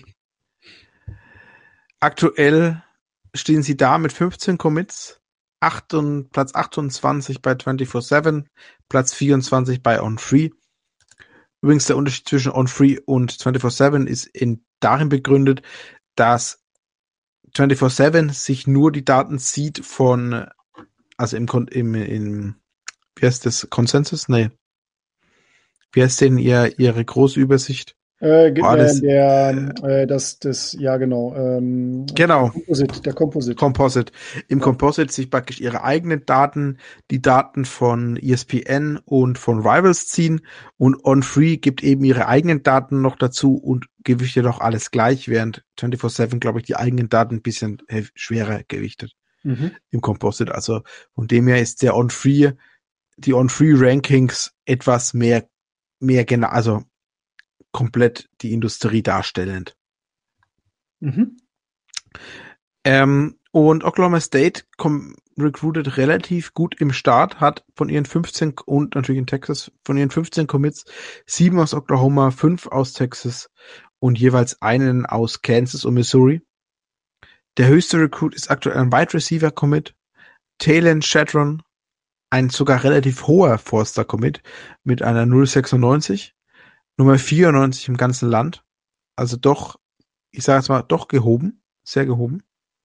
Aktuell stehen sie da mit fünfzehn Commits, acht und, Platz achtundzwanzig bei vierundzwanzig sieben, Platz vierundzwanzig bei On-Free. Übrigens der Unterschied zwischen On-Free und vierundzwanzig sieben ist in, darin begründet, dass vierundzwanzig sieben sich nur die Daten zieht von, also im, im, im wie heißt das, Consensus? Nee. Wie heißt denn ihr, ihre große Übersicht? Äh, Oh, der, alles, der, äh, das, das, ja genau. Ähm, genau. Composite, der Composite. Composite. Im Ja. Composite sich praktisch ihre eigenen Daten, die Daten von E S P N und von Rivals ziehen und On-Free gibt eben ihre eigenen Daten noch dazu und gewichtet auch alles gleich, während vierundzwanzig sieben, glaube ich, die eigenen Daten ein bisschen schwerer gewichtet Mhm. im Composite. Also von dem her ist der On-Free, die On-Free-Rankings etwas mehr, mehr genau, also komplett die Industrie darstellend. Mhm. Ähm, und Oklahoma State kom- recruited relativ gut im Start, hat von ihren fünfzehn und natürlich in Texas von ihren fünfzehn Commits sieben aus Oklahoma, fünf aus Texas und jeweils einen aus Kansas und Missouri. Der höchste Recruit ist aktuell ein Wide Receiver Commit, Taylon Shatron, ein sogar relativ hoher Forster Commit mit einer null Komma sechsundneunzig, Nummer vierundneunzig im ganzen Land. Also doch, ich sage jetzt mal, doch gehoben, sehr gehoben.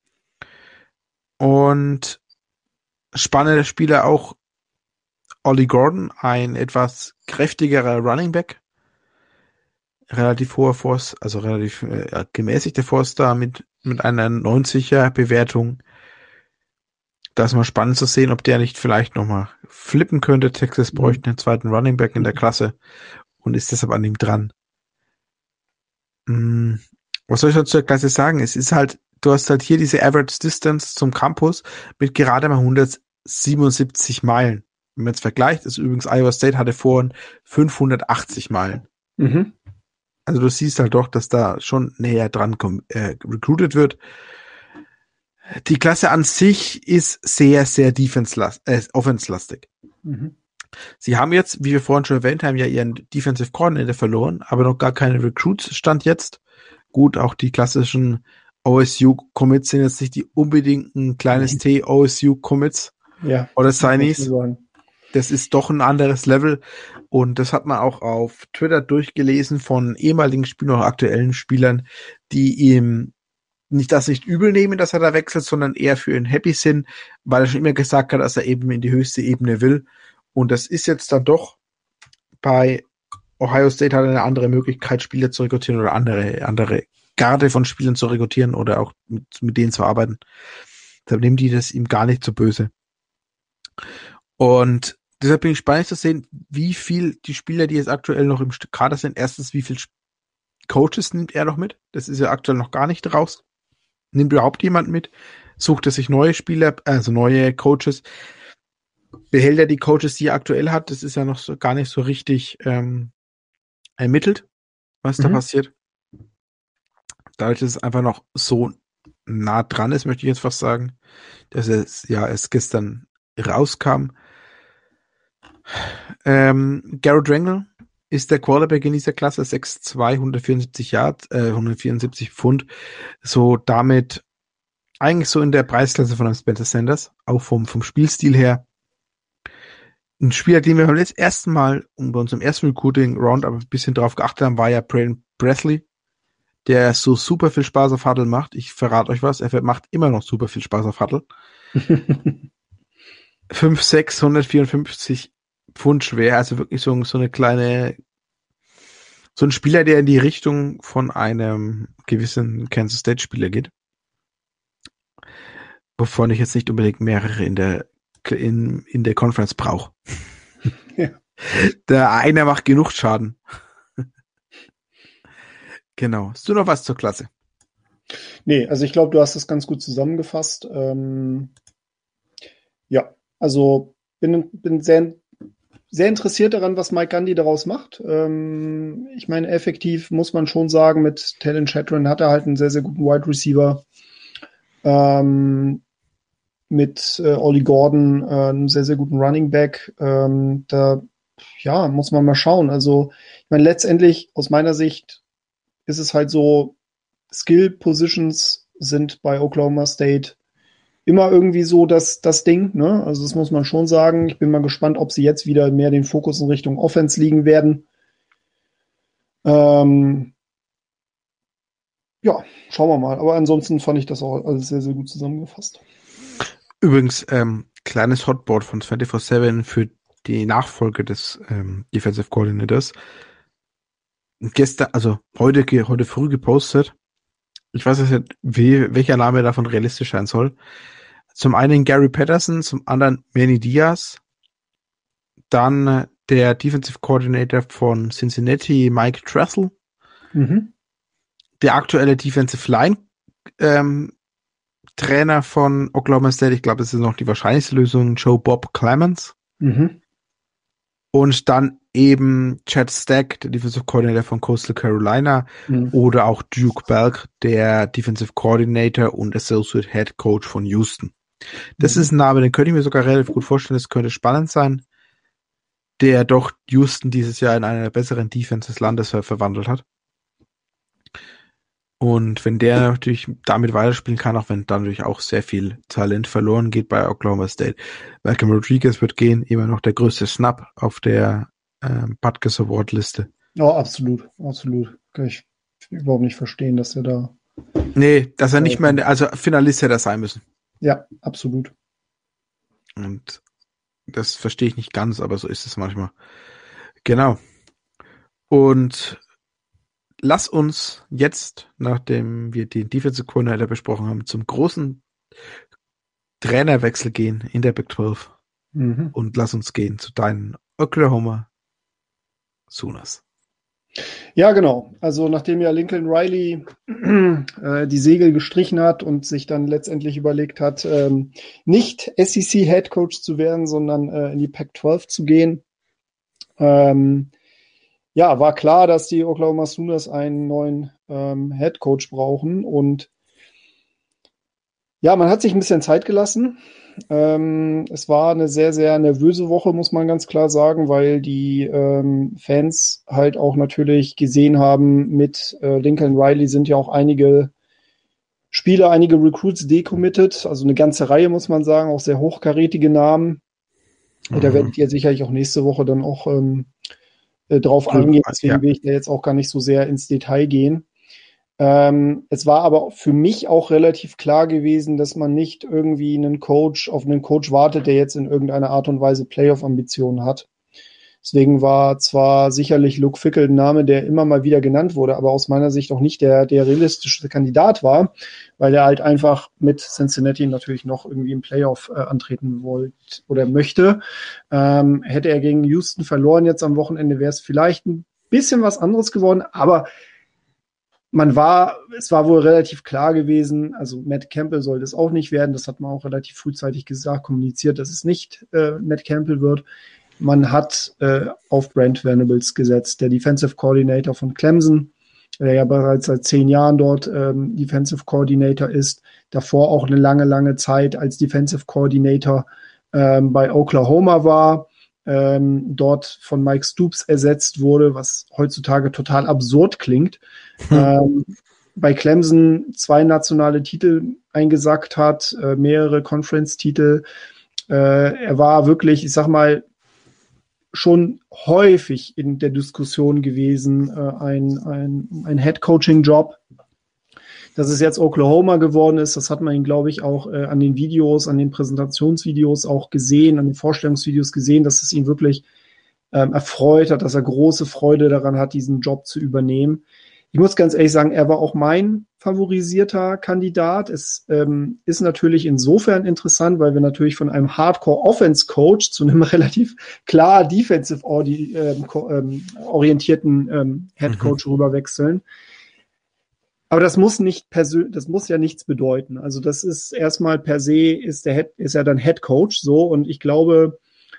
Und spannender Spieler auch Ollie Gordon, ein etwas kräftigerer Running Back. Relativ hoher Force, also relativ äh, gemäßigter Forster mit, mit einer neunziger Bewertung. Da ist mal spannend zu sehen, ob der nicht vielleicht nochmal flippen könnte. Texas bräuchte einen zweiten Running Back in der Klasse und ist deshalb an ihm dran. Hm, was soll ich dazu zur Klasse sagen? Es ist halt, du hast halt hier diese Average Distance zum Campus mit gerade mal hundertsiebenundsiebzig Meilen. Wenn man jetzt vergleicht, ist übrigens Iowa State hatte vorhin fünfhundertachtzig Meilen. Mhm. Also du siehst halt doch, dass da schon näher dran äh, recruited wird. Die Klasse an sich ist sehr, sehr defense-lastig, äh, offense-lastig. Mhm. Sie haben jetzt, wie wir vorhin schon erwähnt haben, ja ihren Defensive Coordinator verloren, aber noch gar keine Recruits stand jetzt. Gut, auch die klassischen O S U-Commits sind jetzt nicht die unbedingten kleines T O S U-Commits Ja, oder Signees. sagen. Das ist doch ein anderes Level und das hat man auch auf Twitter durchgelesen von ehemaligen Spielern oder aktuellen Spielern, die ihm nicht das nicht übel nehmen, dass er da wechselt, sondern eher für ihn happy sind, weil er schon immer gesagt hat, dass er eben in die höchste Ebene will. Und das ist jetzt dann doch bei Ohio State hat eine andere Möglichkeit, Spieler zu rekrutieren oder andere, andere Garde von Spielern zu rekrutieren oder auch mit, mit denen zu arbeiten. Deshalb nehmen die das ihm gar nicht so böse. Und deshalb bin ich spannend zu sehen, wie viel die Spieler, die jetzt aktuell noch im Kader sind, erstens, wie viel Coaches nimmt er noch mit? Das ist ja aktuell noch gar nicht raus. Nimmt überhaupt jemand mit? Sucht er sich neue Spieler, also neue Coaches? Behält er die Coaches, die er aktuell hat? Das ist ja noch so gar nicht so richtig ähm, ermittelt, was mhm. da passiert. Dadurch, dass es einfach noch so nah dran ist, möchte ich jetzt fast sagen, dass es ja erst gestern rauskam. Ähm, Garrett Rangel ist der Quarterback in dieser Klasse, sechs Komma zwei, hundertvierundsiebzig Yards, äh, hundertvierundsiebzig Pfund. So damit eigentlich so in der Preisklasse von einem Spencer Sanders, auch vom, vom Spielstil her. Ein Spieler, den wir beim letzten ersten Mal um bei unserem ersten Recruiting Roundup ein bisschen drauf geachtet haben, war ja Braden Breathley, der so super viel Spaß auf Huddle macht. Ich verrate euch was, er macht immer noch super viel Spaß auf Huddle. fünf sechs, hundertvierundfünfzig Pfund schwer, also wirklich so, so eine kleine, so ein Spieler, der in die Richtung von einem gewissen Kansas State Spieler geht. Wovon ich jetzt nicht unbedingt mehrere in der in, in der Conference brauche. Ja. Der eine macht genug Schaden. Genau. Hast du noch was zur Klasse? Nee, also ich glaube, du hast das ganz gut zusammengefasst. Ähm, ja, also bin, bin sehr, sehr interessiert daran, was Mike Gundy daraus macht. Ähm, ich meine, effektiv muss man schon sagen, mit Taylon Shatron hat er halt einen sehr, sehr guten Wide Receiver. Ähm, mit äh, Ollie Gordon, äh, einem sehr, sehr guten Running Back. Ähm, da, ja, muss man mal schauen. Also, ich meine, letztendlich aus meiner Sicht ist es halt so, Skill Positions sind bei Oklahoma State immer irgendwie so das, das Ding, ne? Also, das muss man schon sagen. Ich bin mal gespannt, ob sie jetzt wieder mehr den Fokus in Richtung Offense liegen werden. Ähm, ja, schauen wir mal. Aber ansonsten fand ich das auch alles sehr, sehr gut zusammengefasst. Übrigens, ähm, kleines Hotboard von vierundzwanzig sieben für die Nachfolge des ähm, Defensive Coordinators. Gestern, also heute, heute früh gepostet. Ich weiß jetzt nicht, wie, welcher Name davon realistisch sein soll. Zum einen Gary Patterson, zum anderen Manny Diaz. Dann äh, der Defensive Coordinator von Cincinnati, Mike Tressel. Mhm. Der aktuelle Defensive Line ähm, Trainer von Oklahoma State, ich glaube, das ist noch die wahrscheinlichste Lösung, Joe Bob Clemens. Mhm. Und dann eben Chad Stack, der Defensive Coordinator von Coastal Carolina, Mhm. oder auch Duke Belk, der Defensive Coordinator und Associate Head Coach von Houston. Das Mhm. ist ein Name, den könnte ich mir sogar relativ gut vorstellen, das könnte spannend sein, der doch Houston dieses Jahr in eine der besseren Defense des Landes ver verwandelt hat. Und wenn der natürlich damit weiterspielen kann, auch wenn dann natürlich auch sehr viel Talent verloren geht bei Oklahoma State. Malcolm Rodriguez wird gehen, immer noch der größte Snap auf der ähm, Butkus Award Liste. Ja, absolut, absolut. Kann ich überhaupt nicht verstehen, dass er da. Nee, dass er nicht mehr, in der, also Finalist hätte er sein müssen. Ja, absolut. Und das verstehe ich nicht ganz, aber so ist es manchmal. Genau. Und lass uns jetzt, nachdem wir den Defensive Coordinator besprochen haben, zum großen Trainerwechsel gehen in der Big zwölf. Mhm. Und lass uns gehen zu deinen Oklahoma Sooners. Ja, genau. Also nachdem ja Lincoln Riley äh, die Segel gestrichen hat und sich dann letztendlich überlegt hat, ähm, nicht S E C Head Coach zu werden, sondern äh, in die Pac zwölf zu gehen, ähm, ja, war klar, dass die Oklahoma Sooners einen neuen ähm, Head Coach brauchen. Und ja, man hat sich ein bisschen Zeit gelassen. Ähm, es war eine sehr, sehr nervöse Woche, muss man ganz klar sagen, weil die ähm, Fans halt auch natürlich gesehen haben, mit äh, Lincoln Riley sind ja auch einige Spieler, einige Recruits decommitted, also eine ganze Reihe, muss man sagen, auch sehr hochkarätige Namen. Mhm. Da werdet ihr sicherlich auch nächste Woche dann auch ähm, äh, drauf eingehen, deswegen Ja. will ich da jetzt auch gar nicht so sehr ins Detail gehen. Ähm, es war aber für mich auch relativ klar gewesen, dass man nicht irgendwie einen Coach auf einen Coach wartet, der jetzt in irgendeiner Art und Weise Playoff-Ambitionen hat. Deswegen war zwar sicherlich Luke Fickell ein Name, der immer mal wieder genannt wurde, aber aus meiner Sicht auch nicht der, der realistische Kandidat war, weil er halt einfach mit Cincinnati natürlich noch irgendwie im Playoff äh, antreten wollte oder möchte. Ähm, hätte er gegen Houston verloren jetzt am Wochenende, wäre es vielleicht ein bisschen was anderes geworden, aber man war, es war wohl relativ klar gewesen, also Matt Campbell sollte es auch nicht werden, das hat man auch relativ frühzeitig gesagt, kommuniziert, dass es nicht äh, Matt Campbell wird. Man hat äh, auf Brent Venables gesetzt, der Defensive Coordinator von Clemson, der ja bereits seit zehn Jahren dort ähm, Defensive Coordinator ist, davor auch eine lange, lange Zeit als Defensive Coordinator ähm, bei Oklahoma war, ähm, dort von Mike Stoops ersetzt wurde, was heutzutage total absurd klingt. Hm. Ähm, bei Clemson zwei nationale Titel eingesackt hat, äh, mehrere Conference-Titel. Äh, er war wirklich, ich sag mal, schon häufig in der Diskussion gewesen, äh, ein, ein, ein Head-Coaching-Job. Dass es jetzt Oklahoma geworden ist, das hat man ihn, glaube ich, auch äh, an den Videos, an den Präsentationsvideos auch gesehen, an den Vorstellungsvideos gesehen, dass es ihn wirklich ähm, erfreut hat, dass er große Freude daran hat, diesen Job zu übernehmen. Ich muss ganz ehrlich sagen, er war auch mein favorisierter Kandidat. Es ähm, ist natürlich insofern interessant, weil wir natürlich von einem Hardcore-Offense-Coach zu einem relativ klar defensive ähm, ähm, orientierten ähm, Head-Coach mhm. rüberwechseln. Aber das muss nicht persönlich, das muss ja nichts bedeuten. Also das ist erstmal per se ist der Head, ist er dann Head Coach so und ich glaube,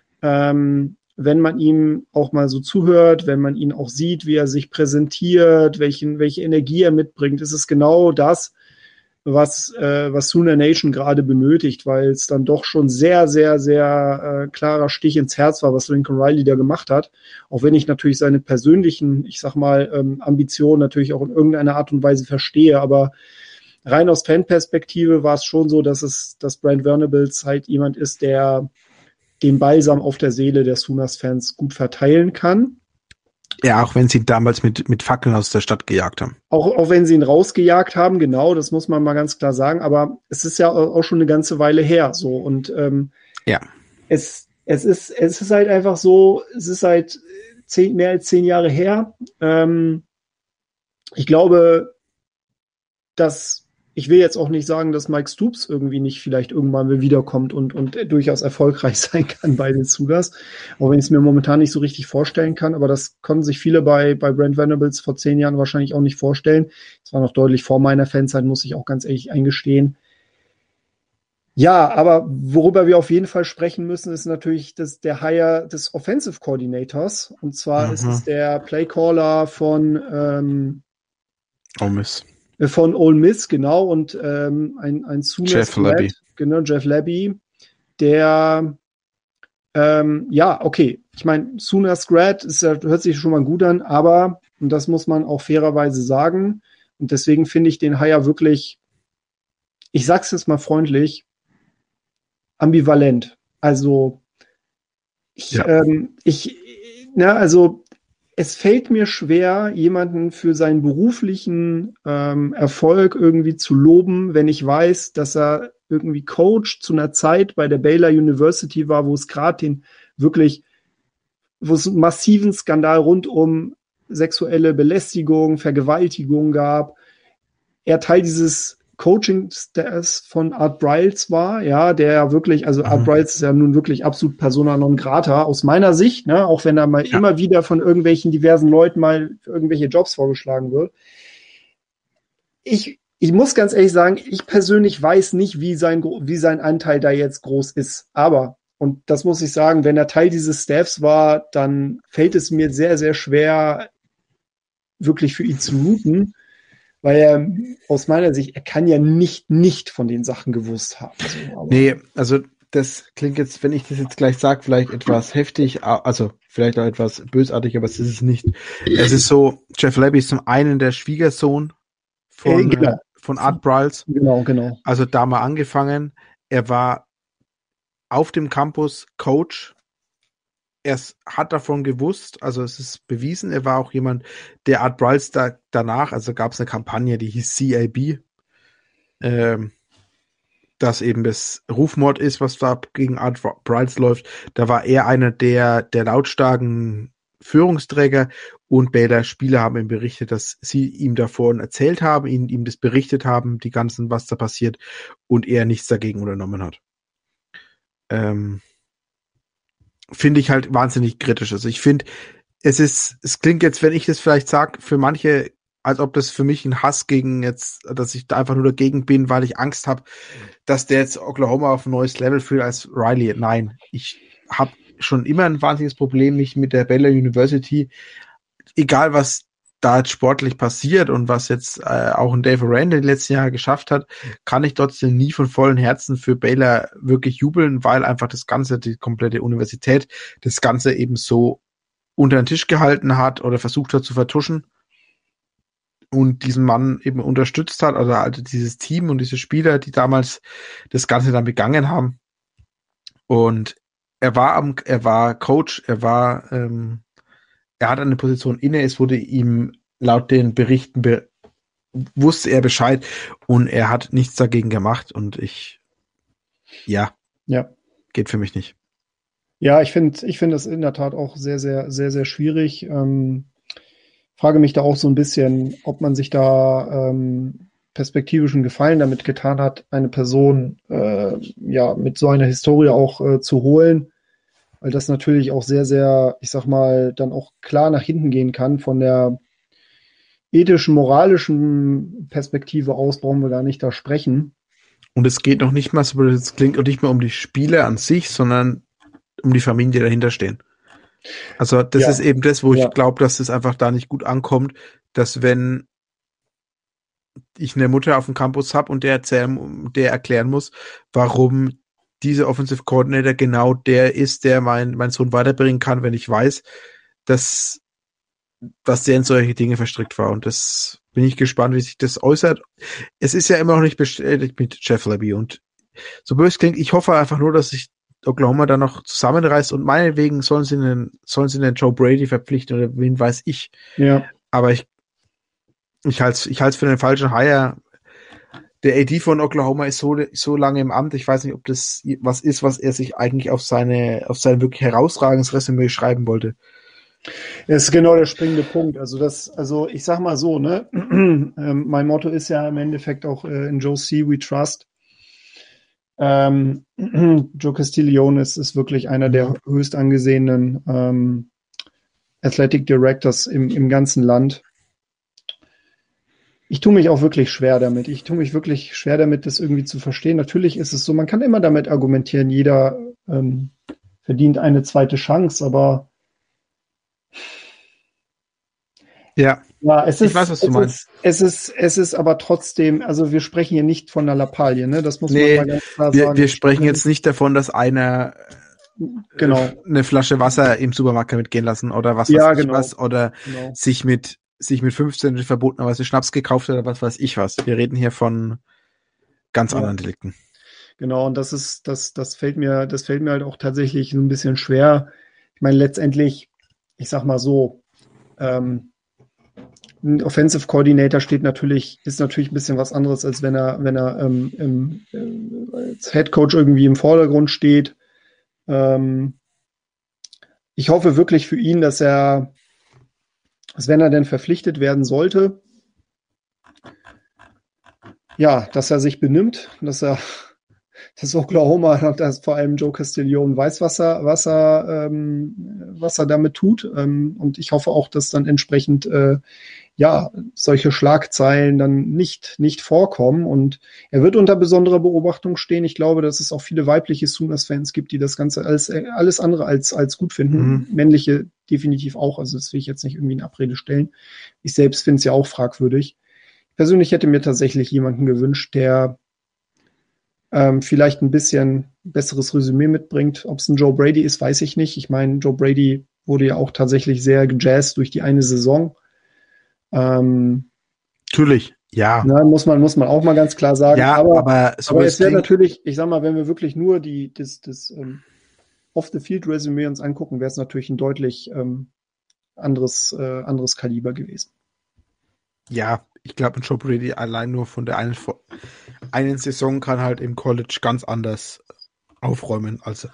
ähm, wenn man ihm auch mal so zuhört, wenn man ihn auch sieht, wie er sich präsentiert, welchen, welche Energie er mitbringt, ist es genau das, was, äh, was Sooner Nation gerade benötigt, weil es dann doch schon sehr, sehr, sehr äh, klarer Stich ins Herz war, was Lincoln Riley da gemacht hat. Auch wenn ich natürlich seine persönlichen, ich sag mal, ähm, Ambitionen natürlich auch in irgendeiner Art und Weise verstehe, aber rein aus Fanperspektive war es schon so, dass es, dass Brent Venables halt jemand ist, der den Balsam auf der Seele der Sooners-Fans gut verteilen kann. Ja, auch wenn sie ihn damals mit, mit Fackeln aus der Stadt gejagt haben. Auch, auch wenn sie ihn rausgejagt haben, genau, das muss man mal ganz klar sagen. Aber es ist ja auch schon eine ganze Weile her, so. Und ähm, ja. es, es, ist, es ist halt einfach so, es ist halt zehn, mehr als zehn Jahre her. Ähm, ich glaube, dass ich will jetzt auch nicht sagen, dass Mike Stoops irgendwie nicht vielleicht irgendwann mal wiederkommt und, und durchaus erfolgreich sein kann bei den Sooners, auch wenn ich es mir momentan nicht so richtig vorstellen kann, aber das konnten sich viele bei, bei Brent Venables vor zehn Jahren wahrscheinlich auch nicht vorstellen. Das war noch deutlich vor meiner Fanzeit, muss ich auch ganz ehrlich eingestehen. Ja, aber worüber wir auf jeden Fall sprechen müssen, ist natürlich das, der Hire des Offensive Coordinators. Und zwar mhm. ist es der Playcaller von ähm, Oh Miss. Von Ole Miss, genau, und ähm, ein, ein Jeff Lebby. Genau, Jeff Lebby, der, ähm, ja, okay, ich meine, Sooners Grad ist, hört sich schon mal gut an, aber, und das muss man auch fairerweise sagen, und deswegen finde ich den Hire wirklich, ich sag's jetzt mal freundlich, ambivalent. Also, ich, ja. ähm, ich, na, also, es fällt mir schwer, jemanden für seinen beruflichen ähm, Erfolg irgendwie zu loben, wenn ich weiß, dass er irgendwie Coach zu einer Zeit bei der Baylor University war, wo es gerade den wirklich, wo es einen massiven Skandal rund um sexuelle Belästigung, Vergewaltigung gab. Er Teil dieses Coaching-Staffs von Art Briles war, ja, der wirklich, also mhm. Art Briles ist ja nun wirklich absolut persona non grata aus meiner Sicht, ne, auch wenn er mal ja. immer wieder von irgendwelchen diversen Leuten mal für irgendwelche Jobs vorgeschlagen wird. Ich, ich muss ganz ehrlich sagen, ich persönlich weiß nicht, wie sein, wie sein Anteil da jetzt groß ist, aber, und das muss ich sagen, wenn er Teil dieses Staffs war, dann fällt es mir sehr, sehr schwer, wirklich für ihn zu routen. Weil er aus meiner Sicht, er kann ja nicht, nicht von den Sachen gewusst haben. So, nee, also das klingt jetzt, wenn ich das jetzt gleich sage, vielleicht etwas heftig, also vielleicht auch etwas bösartig, aber es ist es nicht. Es ist so, Jeff Lebby ist zum einen der Schwiegersohn von, äh, genau. äh, von Art Briles. Genau, genau. Also da mal angefangen. Er war auf dem Campus Coach. Er hat davon gewusst, also es ist bewiesen, er war auch jemand, der Art Briles da, danach, also gab es eine Kampagne, die hieß C A B, ähm, dass eben das Rufmord ist, was da gegen Art Briles läuft. Da war er einer der, der lautstarken Führungsträger und Baylor Spieler haben ihm berichtet, dass sie ihm davon erzählt haben, ihn, ihm das berichtet haben, die ganzen, was da passiert, und er nichts dagegen unternommen hat. Ähm, finde ich halt wahnsinnig kritisch. Also ich finde, es ist, es klingt jetzt, wenn ich das vielleicht sage, für manche, als ob das für mich ein Hass gegen jetzt, dass ich da einfach nur dagegen bin, weil ich Angst habe, dass der jetzt Oklahoma auf ein neues Level führt als Riley. Nein, ich habe schon immer ein wahnsinniges Problem, mich mit der Baylor University, egal was da jetzt sportlich passiert und was jetzt äh, auch ein Dave Aranda die letzten Jahre geschafft hat, kann ich trotzdem nie von vollem Herzen für Baylor wirklich jubeln, weil einfach das Ganze, die komplette Universität, das Ganze eben so unter den Tisch gehalten hat oder versucht hat zu vertuschen und diesen Mann eben unterstützt hat, also halt dieses Team und diese Spieler, die damals das Ganze dann begangen haben. Und er war am, er war Coach, er war ähm, er hat eine Position inne, es wurde ihm laut den Berichten be- wusste er Bescheid und er hat nichts dagegen gemacht und ich, ja, ja. geht für mich nicht. Ja, ich finde ich finde das in der Tat auch sehr, sehr, sehr, sehr schwierig. Ähm, frage mich da auch so ein bisschen, ob man sich da ähm, perspektivischen Gefallen damit getan hat, eine Person äh, ja mit so einer Historie auch äh, zu holen. Weil das natürlich auch sehr, sehr, ich sag mal, dann auch klar nach hinten gehen kann. Von der ethischen, moralischen Perspektive aus brauchen wir gar nicht da sprechen. Und es geht noch nicht mal, es klingt auch nicht mehr um die Spiele an sich, sondern um die Familien, die dahinter stehen. Also das ja. ist eben das, wo ja. ich glaube, dass es einfach da nicht gut ankommt, dass wenn ich eine Mutter auf dem Campus habe und der erzählen, der erklären muss, warum dieser Offensive Coordinator genau der ist, der mein, mein Sohn weiterbringen kann, wenn ich weiß, dass, dass der in solche Dinge verstrickt war. Und das bin ich gespannt, wie sich das äußert. Es ist ja immer noch nicht bestätigt mit Jeff Lebby und so böse klingt, ich hoffe einfach nur, dass sich Oklahoma da noch zusammenreißt und meinetwegen sollen sie einen, sollen sie einen Joe Brady verpflichten oder wen weiß ich. Ja. Aber ich, ich halte ich halte es für den falschen Hire. Der A D von Oklahoma ist so, so lange im Amt. Ich weiß nicht, ob das was ist, was er sich eigentlich auf seine, auf sein wirklich herausragendes Resümee schreiben wollte. Das ist genau der springende Punkt. Also das, also ich sag mal so, ne, ähm, mein Motto ist ja im Endeffekt auch äh, in Joe C. We Trust. Ähm, Joe Castiglione ist, ist wirklich einer der höchst angesehenen ähm, Athletic Directors im, im ganzen Land. Ich tue mich auch wirklich schwer damit. Ich tue mich wirklich schwer damit, das irgendwie zu verstehen. Natürlich ist es so, man kann immer damit argumentieren, jeder ähm, verdient eine zweite Chance, aber ja, ja, es ist, ich weiß, was du es meinst. Ist, es ist, es ist aber trotzdem, also wir sprechen hier nicht von einer Lappalie, ne? Das muss nee, man mal ganz klar wir, sagen. wir sprechen jetzt nicht davon, dass einer genau. eine Flasche Wasser im Supermarkt mitgehen lassen oder was ja, weiß ich genau. was oder genau. sich mit sich mit fünfzehn verbotenerweise Schnaps gekauft hat oder was weiß ich was. Wir reden hier von ganz ja. anderen Delikten. Genau, und das ist, das, das fällt mir, das fällt mir halt auch tatsächlich so ein bisschen schwer. Ich meine, letztendlich, ich sag mal so, ähm, ein Offensive Coordinator steht natürlich, ist natürlich ein bisschen was anderes, als wenn er, wenn er ähm, im, äh, als Head Coach irgendwie im Vordergrund steht. Ähm, ich hoffe wirklich für ihn, dass er, dass wenn er denn verpflichtet werden sollte, ja, dass er sich benimmt, dass er, dass Oklahoma, dass vor allem Joe Castiglione weiß, was er, was er, ähm, was er damit tut. Ähm, und ich hoffe auch, dass dann entsprechend äh, ja, solche Schlagzeilen dann nicht, nicht vorkommen. Und er wird unter besonderer Beobachtung stehen. Ich glaube, dass es auch viele weibliche Sooners-Fans gibt, die das Ganze alles, alles andere als, als gut finden. Mhm. Männliche definitiv auch. Also das will ich jetzt nicht irgendwie in Abrede stellen. Ich selbst finde es ja auch fragwürdig. Ich persönlich hätte mir tatsächlich jemanden gewünscht, der ähm, vielleicht ein bisschen besseres Resümee mitbringt. Ob es ein Joe Brady ist, weiß ich nicht. Ich meine, Joe Brady wurde ja auch tatsächlich sehr gejazzt durch die eine Saison. Ähm, natürlich, ja. Na, muss man, muss man auch mal ganz klar sagen. Ja, aber, aber, so aber es wäre natürlich, ich sag mal, wenn wir wirklich nur die, das, das ähm, Off-the-Field-Resümee uns angucken, wäre es natürlich ein deutlich ähm, anderes, äh, anderes Kaliber gewesen. Ja, ich glaube, ein Joe Brady allein nur von der einen, einen Saison kann halt im College ganz anders aufräumen als er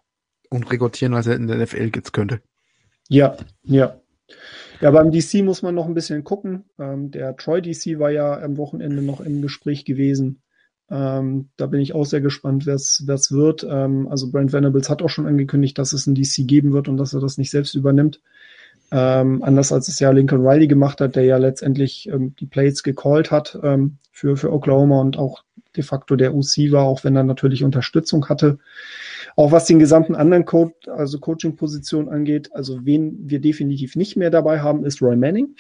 und rekrutieren, als er in der N F L jetzt könnte. Ja, ja. Ja, beim D C muss man noch ein bisschen gucken. Ähm, der Troy D C war ja am Wochenende noch im Gespräch gewesen. Ähm, da bin ich auch sehr gespannt, wer es wird. Ähm, also Brent Venables hat auch schon angekündigt, dass es ein D C geben wird und dass er das nicht selbst übernimmt. Ähm, anders als es ja Lincoln Riley gemacht hat, der ja letztendlich ähm, die Plays gecallt hat ähm, für, für Oklahoma und auch de facto der U C war, auch wenn er natürlich Unterstützung hatte. Auch was den gesamten anderen Code, also Coaching-Position angeht, also wen wir definitiv nicht mehr dabei haben, ist Roy Manning,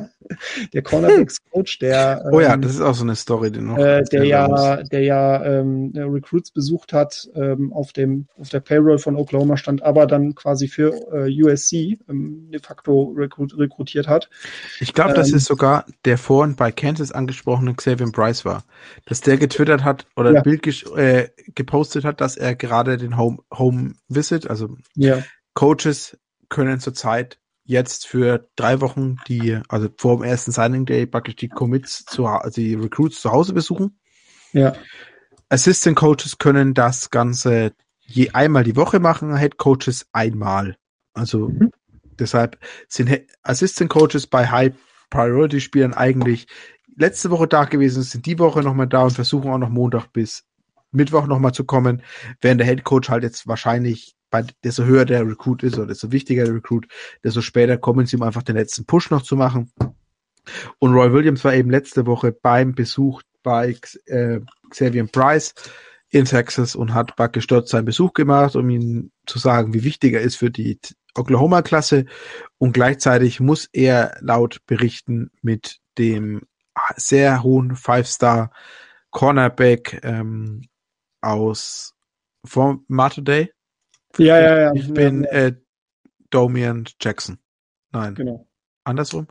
der Cornerbacks-Coach, der oh ja, ähm, das ist auch so eine Story, die noch äh, der ja, der ja ähm, Recruits besucht hat, ähm, auf dem auf der Payroll von Oklahoma stand, aber dann quasi für äh, U S C ähm, de facto rekrut, rekrutiert hat. Ich glaube, ähm, dass es sogar der vorhin bei Kansas angesprochene Xavier Price war, dass der getwittert hat oder ja. ein Bild äh, gepostet hat, dass er gerade den Home Home Visit, also ja. Coaches können zurzeit jetzt für drei Wochen die, also vor dem ersten Signing Day praktisch die Commits, zu, also die Recruits zu Hause besuchen. Ja. Assistant Coaches können das Ganze je einmal die Woche machen, Head Coaches einmal. Also mhm. deshalb sind Assistant Coaches bei High Priority Spielern eigentlich letzte Woche da gewesen, sind die Woche nochmal da und versuchen auch noch Montag bis Mittwoch nochmal zu kommen, während der Head Coach halt jetzt wahrscheinlich bei, desto höher der Recruit ist oder desto wichtiger der Recruit, desto später kommen sie, um einfach den letzten Push noch zu machen. Und Roy Williams war eben letzte Woche beim Besuch bei äh, Xavier Price in Texas und hat praktisch dort seinen Besuch gemacht, um ihm zu sagen, wie wichtig er ist für die Oklahoma-Klasse. Und gleichzeitig muss er laut Berichten mit dem sehr hohen Five-Star Cornerback ähm, aus von Mater Day. Ja, ja, ja. Ich bin ja, ja. Äh, Domian Jackson. Nein. Genau. Andersrum?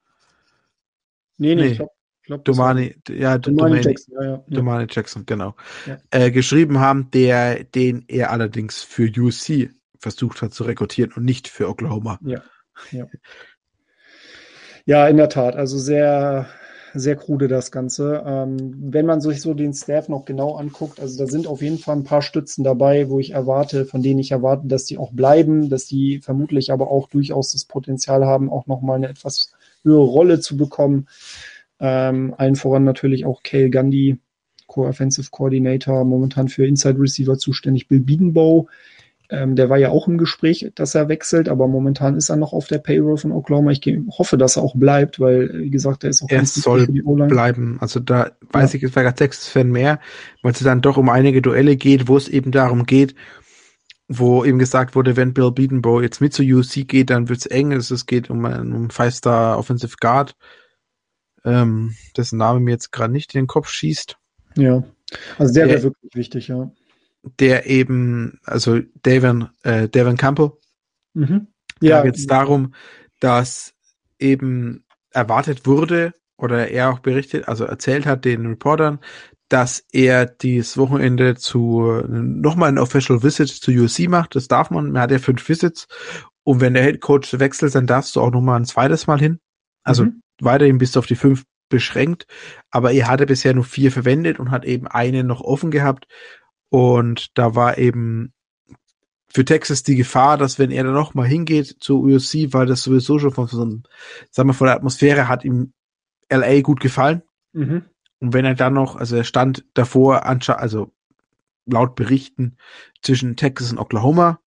Nee, nee, Nee. ich glaube, glaub, das war Domani, ja, Domani Domani Jackson. Ja, ja, ja. Domani Jackson, genau. Ja. Äh, geschrieben haben, der, den er allerdings für U C versucht hat zu rekrutieren und nicht für Oklahoma. Ja, ja. Ja, in der Tat. Also sehr, sehr krude das Ganze. Ähm, wenn man sich so den Staff noch genau anguckt, also da sind auf jeden Fall ein paar Stützen dabei, wo ich erwarte, von denen ich erwarte, dass die auch bleiben, dass die vermutlich aber auch durchaus das Potenzial haben, auch nochmal eine etwas höhere Rolle zu bekommen. Ähm, allen voran natürlich auch Cale Gundy, Co-Offensive Coordinator, momentan für Inside Receiver zuständig, Bill Bedenbaugh. Ähm, der war ja auch im Gespräch, dass er wechselt, aber momentan ist er noch auf der Payroll von Oklahoma. Ich hoffe, dass er auch bleibt, weil, wie gesagt, er ist auch Er ganz soll wichtig für die O-Line. bleiben. Also da weiß Ja. ich, es wäre Texas-Fan mehr, weil es dann doch um einige Duelle geht, wo es eben darum geht, wo eben gesagt wurde, wenn Bill Bedenbaugh jetzt mit zu U C geht, dann wird's eng. Es geht um einen um Five-Star Offensive Guard, ähm, dessen Name mir jetzt gerade nicht in den Kopf schießt. Ja, also der, der wäre wirklich wichtig, ja. Der eben, also Devin, äh, Devin Campbell, Mhm. da Ja, geht es darum, dass eben erwartet wurde oder er auch berichtet, also erzählt hat den Reportern, dass er dieses Wochenende zu nochmal ein Official Visit zu U S C macht. Das darf man, man hat ja fünf Visits. Und wenn der Head Coach wechselt, dann darfst du auch nochmal ein zweites Mal hin. Also Mhm. weiterhin bist du auf die fünf beschränkt. Aber er hatte bisher nur vier verwendet und hat eben eine noch offen gehabt. Und da war eben für Texas die Gefahr, dass wenn er dann noch mal hingeht zu U S C, weil das sowieso schon von so einem, sagen wir, von der Atmosphäre hat ihm L A gut gefallen. Mhm. Und wenn er dann noch, also er stand davor, also laut Berichten zwischen Texas und Oklahoma,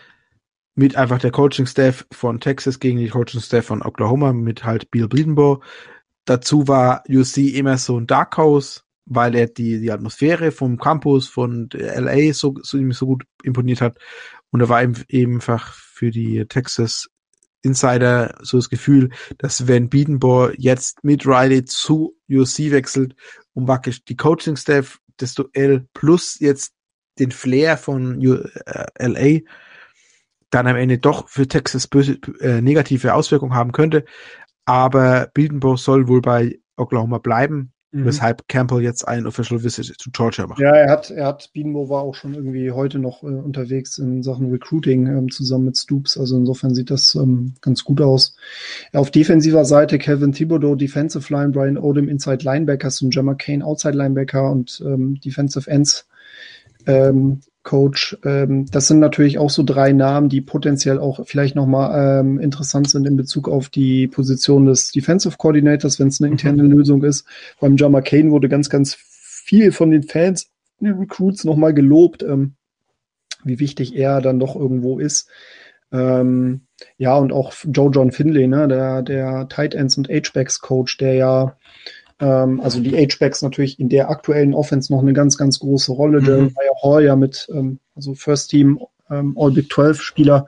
mit einfach der Coaching-Staff von Texas gegen die Coaching-Staff von Oklahoma, mit halt Bill Bedenbaugh. Dazu war U S C immer so ein Dark Horse, weil er die, die Atmosphäre vom Campus von L A so, so, ihm so gut imponiert hat. Und da war eben, eben einfach für die Texas Insider so das Gefühl, dass wenn Bedenbaugh jetzt mit Riley zu U S C wechselt und praktisch die Coaching-Staff, das Duell plus jetzt den Flair von U- äh, L A dann am Ende doch für Texas böse, äh, negative Auswirkungen haben könnte. Aber Bedenbaugh soll wohl bei Oklahoma bleiben, mhm. weshalb Campbell jetzt ein Official Visit zu Georgia macht. Ja, er hat, er hat, Bedenbaugh war auch schon irgendwie heute noch äh, unterwegs in Sachen Recruiting ähm, zusammen mit Stoops. Also insofern sieht das ähm, ganz gut aus. Auf defensiver Seite Kevin Thibodeau, Defensive Line, Brian Odom, Inside Linebackers und Gemma Kane, Outside Linebacker und ähm, Defensive Ends ähm, Coach. Ähm, das sind natürlich auch so drei Namen, die potenziell auch vielleicht nochmal ähm, interessant sind in Bezug auf die Position des Defensive Coordinators, wenn es eine interne mhm. Lösung ist. Beim Gemma Kane wurde ganz, ganz viel von den Fans, den Recruits nochmal gelobt, ähm, wie wichtig er dann doch irgendwo ist. Ähm, ja, und auch Joe John Finley, ne, der, der Tight Ends und H-Backs Coach, der ja ähm, also die H-Backs natürlich in der aktuellen Offense noch eine ganz, ganz große Rolle. Mhm. Jeremiah Hall ja mit, ähm, also First Team ähm, All Big zwölf Spieler.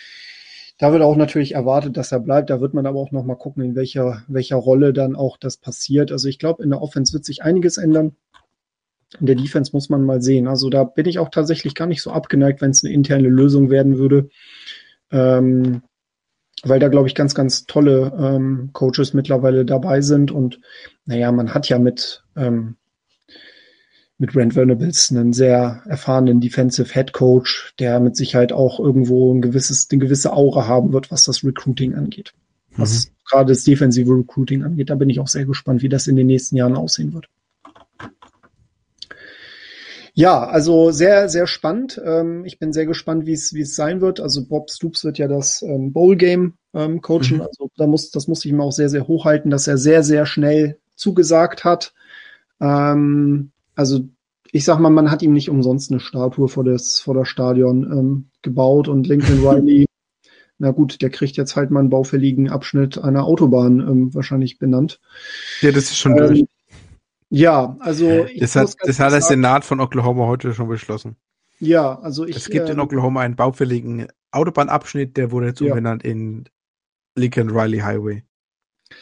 Da wird auch natürlich erwartet, dass er bleibt. Da wird man aber auch noch mal gucken, in welcher, welcher Rolle dann auch das passiert. Also ich glaube, in der Offense wird sich einiges ändern. In der Defense muss man mal sehen. Also da bin ich auch tatsächlich gar nicht so abgeneigt, wenn es eine interne Lösung werden würde. Ähm, weil da, glaube ich, ganz, ganz tolle ähm, Coaches mittlerweile dabei sind. Und naja, man hat ja mit, ähm, mit Brent Venables einen sehr erfahrenen Defensive Head Coach, der mit Sicherheit auch irgendwo ein gewisses, eine gewisse Aura haben wird, was das Recruiting angeht. Mhm. Was gerade das defensive Recruiting angeht. Da bin ich auch sehr gespannt, wie das in den nächsten Jahren aussehen wird. Ja, also sehr, sehr spannend. Ähm, ich bin sehr gespannt, wie es wie es sein wird. Also Bob Stoops wird ja das ähm, Bowl-Game ähm, coachen. Mhm. Also da muss, das muss ich ihm auch sehr, sehr hochhalten, dass er sehr, sehr schnell zugesagt hat. Ähm, also ich sag mal, man hat ihm nicht umsonst eine Statue vor das, vor das Stadion ähm, gebaut und Lincoln Riley, na gut, der kriegt jetzt halt mal einen baufälligen Abschnitt einer Autobahn ähm, wahrscheinlich benannt. Ja, das ist schon ähm, durch. Ja, also ich das hat, das hat der Senat von Oklahoma heute schon beschlossen. Ja, also ich. Es gibt ähm, in Oklahoma einen baufälligen Autobahnabschnitt, der wurde jetzt ja. umbenannt in Lincoln Riley Highway.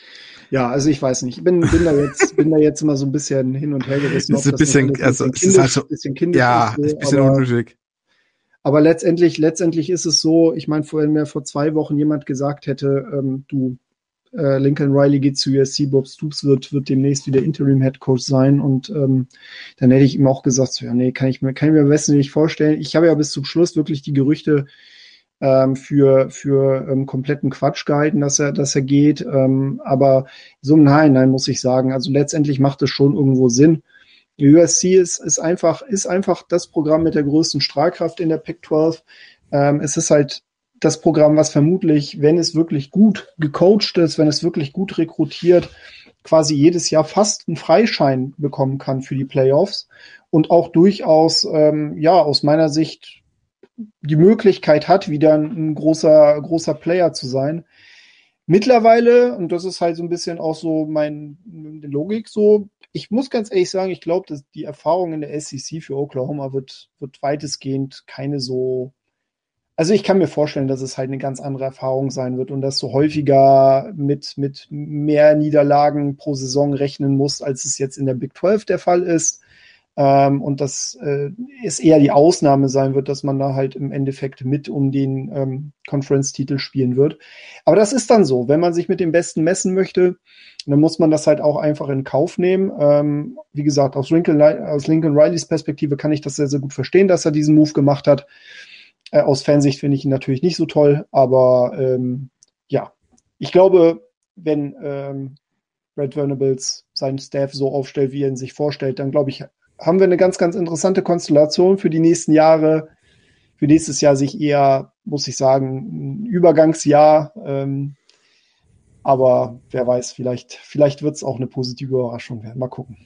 Ja, also ich weiß nicht. Ich bin, bin da jetzt, bin da jetzt immer so ein bisschen hin und her gerissen, Das ist ein bisschen, ein also, bisschen es ist kindisch, also, bisschen kindisch ja, ist. So, ist ein bisschen aber, unnötig. aber letztendlich, letztendlich ist es so, ich meine, vorhin mir vor zwei Wochen jemand gesagt hätte, ähm, du, äh, Lincoln Riley geht zu U S C, Bob Stoops wird, wird demnächst wieder Interim-Head-Coach sein und ähm, dann hätte ich ihm auch gesagt, so, ja, nee, kann ich mir, kann ich mir am besten nicht vorstellen. Ich habe ja bis zum Schluss wirklich die Gerüchte ähm, für, für ähm, kompletten Quatsch gehalten, dass er, dass er geht. Ähm, aber so im Nachhinein muss ich sagen, also letztendlich macht es schon irgendwo Sinn. U S C ist, ist einfach, ist einfach das Programm mit der größten Strahlkraft in der Pac zwölf. Ähm, es ist halt das Programm, was vermutlich, wenn es wirklich gut gecoacht ist, wenn es wirklich gut rekrutiert, quasi jedes Jahr fast einen Freischein bekommen kann für die Playoffs und auch durchaus, ähm, ja, aus meiner Sicht die Möglichkeit hat, wieder ein, ein großer, großer Player zu sein. Mittlerweile, und das ist halt so ein bisschen auch so meine Logik so, ich muss ganz ehrlich sagen, ich glaube, dass die Erfahrung in der S E C für Oklahoma wird, wird weitestgehend keine so. Also ich kann mir vorstellen, dass es halt eine ganz andere Erfahrung sein wird und dass du häufiger mit, mit mehr Niederlagen pro Saison rechnen musst, als es jetzt in der Big zwölf der Fall ist. Ähm, und dass äh, es eher die Ausnahme sein wird, dass man da halt im Endeffekt mit um den ähm, Conference-Titel spielen wird. Aber das ist dann so. Wenn man sich mit dem Besten messen möchte, dann muss man das halt auch einfach in Kauf nehmen. Ähm, wie gesagt, aus Lincoln, aus Lincoln Rileys Perspektive kann ich das sehr, sehr gut verstehen, dass er diesen Move gemacht hat. Äh, aus Fansicht finde ich ihn natürlich nicht so toll, aber ähm, ja, ich glaube, wenn ähm, Brad Venables seinen Staff so aufstellt, wie er ihn sich vorstellt, dann glaube ich, haben wir eine ganz, ganz interessante Konstellation für die nächsten Jahre. Für nächstes Jahr sich eher, muss ich sagen, ein Übergangsjahr. Ähm, aber wer weiß, vielleicht, vielleicht wird es auch eine positive Überraschung werden. Mal gucken.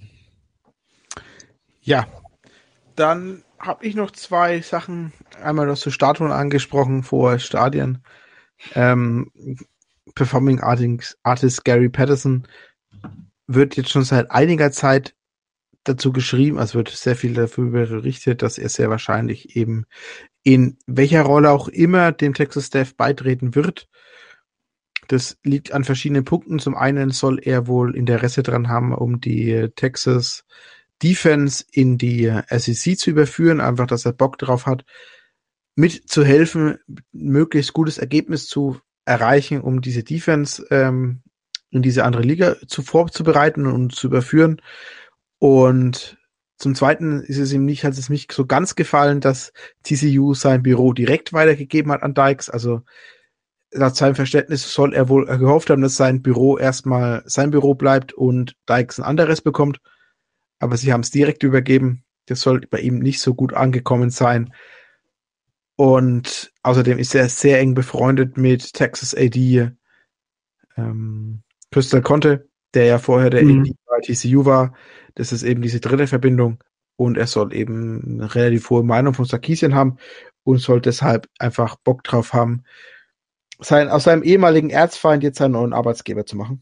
Ja, dann habe ich noch zwei Sachen. Einmal das zu Statuen angesprochen vor Stadien. Ähm, Performing Artist Gary Patterson wird jetzt schon seit einiger Zeit dazu geschrieben, also wird sehr viel darüber berichtet, dass er sehr wahrscheinlich eben in welcher Rolle auch immer dem Texas Staff beitreten wird. Das liegt an verschiedenen Punkten. Zum einen soll er wohl Interesse daran haben, um die Texas Defense in die S E C zu überführen, einfach, dass er Bock drauf hat, mitzuhelfen, möglichst gutes Ergebnis zu erreichen, um diese Defense ähm, in diese andere Liga zu vorzubereiten und zu überführen. Und zum Zweiten ist es ihm nicht, hat es nicht so ganz gefallen, dass T C U sein Büro direkt weitergegeben hat an Dykes. Also nach seinem Verständnis soll er wohl gehofft haben, dass sein Büro erstmal sein Büro bleibt und Dykes ein anderes bekommt. Aber sie haben es direkt übergeben. Das soll bei ihm nicht so gut angekommen sein. Und außerdem ist er sehr eng befreundet mit Texas A D ähm, Crystal Conte, der ja vorher der mhm. A D bei T C U war. Das ist eben diese dritte Verbindung. Und er soll eben eine relativ hohe Meinung von Sarkisian haben und soll deshalb einfach Bock drauf haben, sein, aus seinem ehemaligen Erzfeind jetzt seinen neuen Arbeitsgeber zu machen.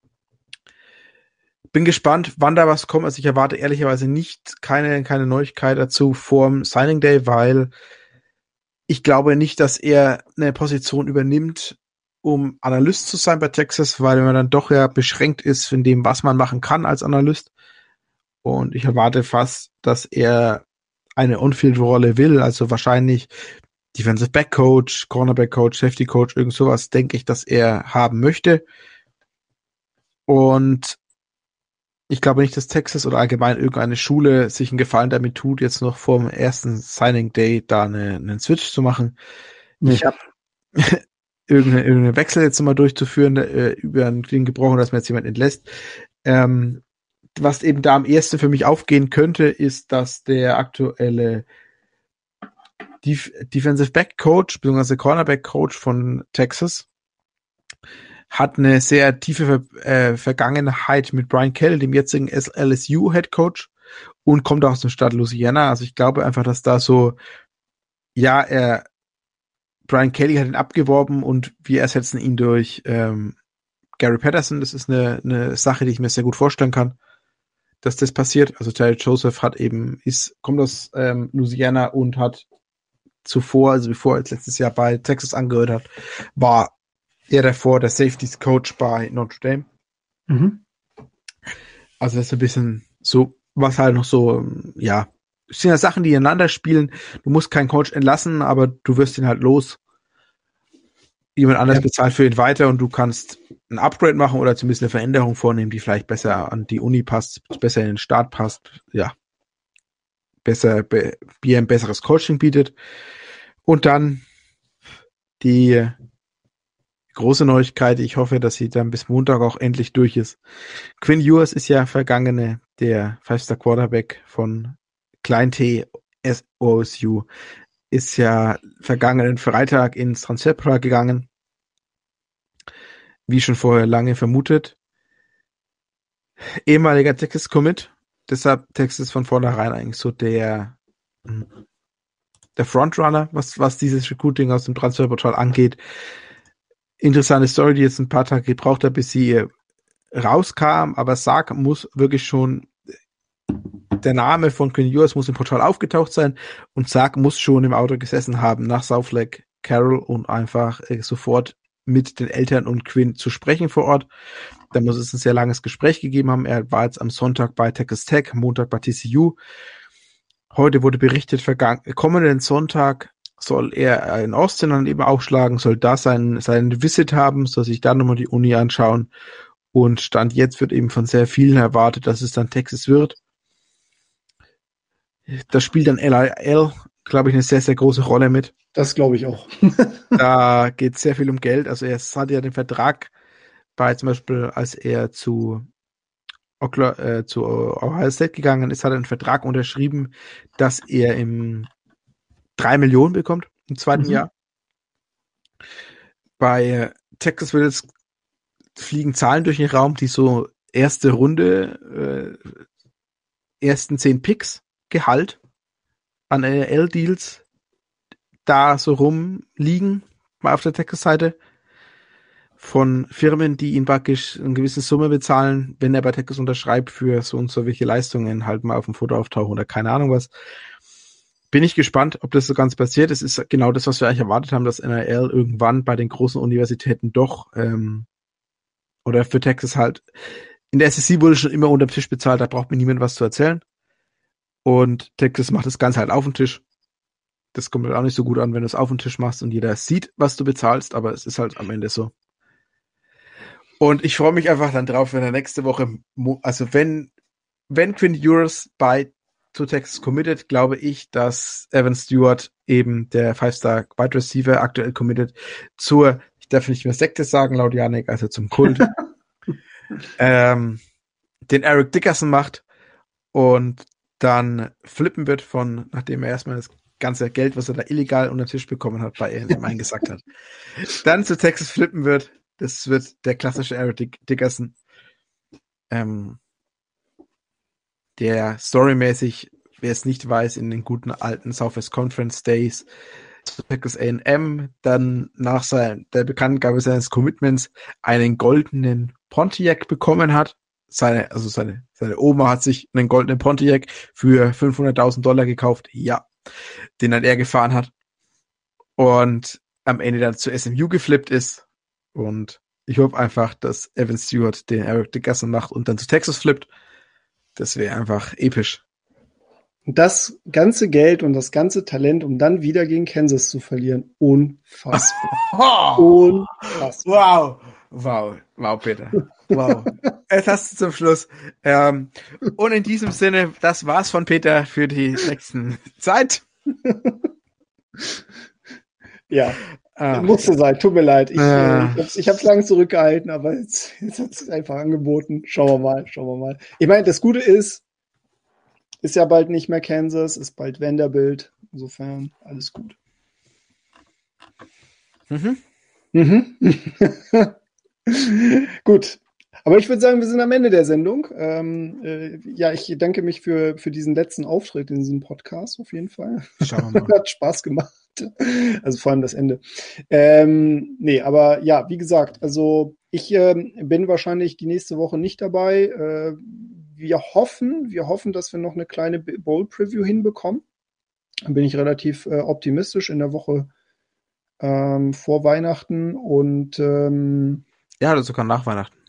Bin gespannt, wann da was kommt. Also ich erwarte ehrlicherweise nicht keine, keine Neuigkeit dazu vorm Signing Day, weil ich glaube nicht, dass er eine Position übernimmt, um Analyst zu sein bei Texas, weil man dann doch ja beschränkt ist in dem, was man machen kann als Analyst. Und ich erwarte fast, dass er eine On-Field-Rolle will, also wahrscheinlich Defensive Back Coach, Cornerback Coach, Safety Coach, irgend sowas, denke ich, dass er haben möchte. Und ich glaube nicht, dass Texas oder allgemein irgendeine Schule sich einen Gefallen damit tut, jetzt noch vor dem ersten Signing Day da eine, einen Switch zu machen. Nee. Ich habe irgendeinen irgendeine Wechsel jetzt mal durchzuführen, äh, über einen Ding gebrochen, dass man jetzt jemand entlässt. Ähm, was eben da am ehesten für mich aufgehen könnte, ist, dass der aktuelle Def- Defensive Back Coach, beziehungsweise Cornerback Coach von Texas, hat eine sehr tiefe Ver- äh, Vergangenheit mit Brian Kelly, dem jetzigen L S U Head Coach, und kommt aus der Stadt Louisiana. Also ich glaube einfach, dass da so, ja, er, Brian Kelly hat ihn abgeworben und wir ersetzen ihn durch ähm, Gary Patterson. Das ist eine, eine Sache, die ich mir sehr gut vorstellen kann, dass das passiert. Also Terry Joseph hat eben, ist, kommt aus ähm, Louisiana und hat zuvor, also bevor er letztes Jahr bei Texas angehört hat, war er davor der Safeties Coach bei Notre Dame. Mhm. Also das ist ein bisschen so, was halt noch so, ja, es sind ja Sachen, die ineinander spielen. Du musst keinen Coach entlassen, aber du wirst ihn halt los. Jemand anders Ja. bezahlt für ihn weiter und du kannst ein Upgrade machen oder zumindest eine Veränderung vornehmen, die vielleicht besser an die Uni passt, besser in den Start passt, ja, besser, be, dir ein besseres Coaching bietet. Und dann die große Neuigkeit, ich hoffe, dass sie dann bis Montag auch endlich durch ist. Quinn Ewers ist ja vergangene, der Five-Star Quarterback von Klein T O S U, ist ja vergangenen Freitag ins Transferportal gegangen. Wie schon vorher lange vermutet. Ehemaliger Texas-Commit. Deshalb Texas von vornherein eigentlich so der, der Frontrunner, was, was dieses Recruiting aus dem Transferportal angeht. Interessante Story, die jetzt ein paar Tage gebraucht hat, bis sie rauskam, aber Sark muss wirklich schon, der Name von Quinn Ewers muss im Portal aufgetaucht sein und Sark muss schon im Auto gesessen haben nach South Lake Carroll und einfach äh, sofort mit den Eltern und Quinn zu sprechen vor Ort. Da muss es ein sehr langes Gespräch gegeben haben. Er war jetzt am Sonntag bei Texas Tech, Montag bei T C U. Heute wurde berichtet, vergangen, kommenden Sonntag soll er in Austin dann eben aufschlagen, soll da seinen, seinen Visit haben, soll sich dann nochmal die Uni anschauen. Und Stand jetzt wird eben von sehr vielen erwartet, dass es dann Texas wird. Da spielt dann L I L, glaube ich, eine sehr, sehr große Rolle mit. Das glaube ich auch. Da geht sehr viel um Geld. Also er hat ja den Vertrag bei zum Beispiel, als er zu, Oklahoma, äh, zu Ohio State gegangen ist, hat er einen Vertrag unterschrieben, dass er im drei Millionen bekommt im zweiten mhm. Jahr. Bei Texas will es fliegen Zahlen durch den Raum, die so erste Runde, äh, ersten zehn Picks Gehalt an N F L-Deals da so rumliegen, mal auf der Texas-Seite, von Firmen, die ihn praktisch eine gewisse Summe bezahlen, wenn er bei Texas unterschreibt für so und so welche Leistungen halt mal auf dem Foto auftauchen oder keine Ahnung was. Bin ich gespannt, ob das so ganz passiert. Es ist genau das, was wir eigentlich erwartet haben, dass N F L irgendwann bei den großen Universitäten doch ähm, oder für Texas halt, in der S E C wurde schon immer unter dem Tisch bezahlt, da braucht mir niemand was zu erzählen. Und Texas macht das Ganze halt auf den Tisch. Das kommt halt auch nicht so gut an, wenn du es auf den Tisch machst und jeder sieht, was du bezahlst, aber es ist halt am Ende so. Und ich freue mich einfach dann drauf, wenn er nächste Woche, also wenn, wenn Quinn Ewers bei zu Texas committed, glaube ich, dass Evan Stewart eben der Five-Star Wide Receiver aktuell committed zur, ich darf nicht mehr Sekte sagen, laut Janik, also zum Kult, ähm, den Eric Dickerson macht und dann flippen wird von, nachdem er erstmal das ganze Geld, was er da illegal unter den Tisch bekommen hat, bei A und M eingesackt hat, dann zu Texas flippen wird. Das wird der klassische Eric Dick- Dickerson, ähm, der storymäßig, wer es nicht weiß, in den guten alten Southwest Conference Days zu Texas A und M dann nach sein, der Bekanntgabe seines Commitments einen goldenen Pontiac bekommen hat. Seine, also seine, seine Oma hat sich einen goldenen Pontiac für fünfhunderttausend Dollar gekauft. Ja. Den dann er gefahren hat. Und am Ende dann zu S M U geflippt ist. Und ich hoffe einfach, dass Evan Stewart den Eric Dickerson macht und dann zu Texas flippt. Das wäre einfach episch. Das ganze Geld und das ganze Talent, um dann wieder gegen Kansas zu verlieren. Unfassbar. Unfassbar. Wow. Wow. Wow, Peter. Wow. Jetzt hast du zum Schluss. Ähm, und in diesem Sinne, das war's von Peter für die nächsten Zeit. Ja, ah. musste sein. Tut mir leid. Ich, ah. äh, ich habe es lange zurückgehalten, aber jetzt, jetzt hat es einfach angeboten. Schauen wir mal, schauen wir mal. Ich meine, das Gute ist, ist ja bald nicht mehr Kansas, ist bald Vanderbilt. Insofern alles gut. Mhm. Mhm. Gut. Aber ich würde sagen, wir sind am Ende der Sendung. Ähm, äh, ja, ich danke mich für, für diesen letzten Auftritt in diesem Podcast auf jeden Fall. Schauen wir mal. Hat Spaß gemacht. Also vor allem das Ende. Ähm, nee, aber ja, wie gesagt, also ich ähm, bin wahrscheinlich die nächste Woche nicht dabei. Äh, wir hoffen, wir hoffen, dass wir noch eine kleine Bowl-Preview hinbekommen. Da bin ich relativ äh, optimistisch in der Woche ähm, vor Weihnachten und ähm, ja, oder sogar nach Weihnachten.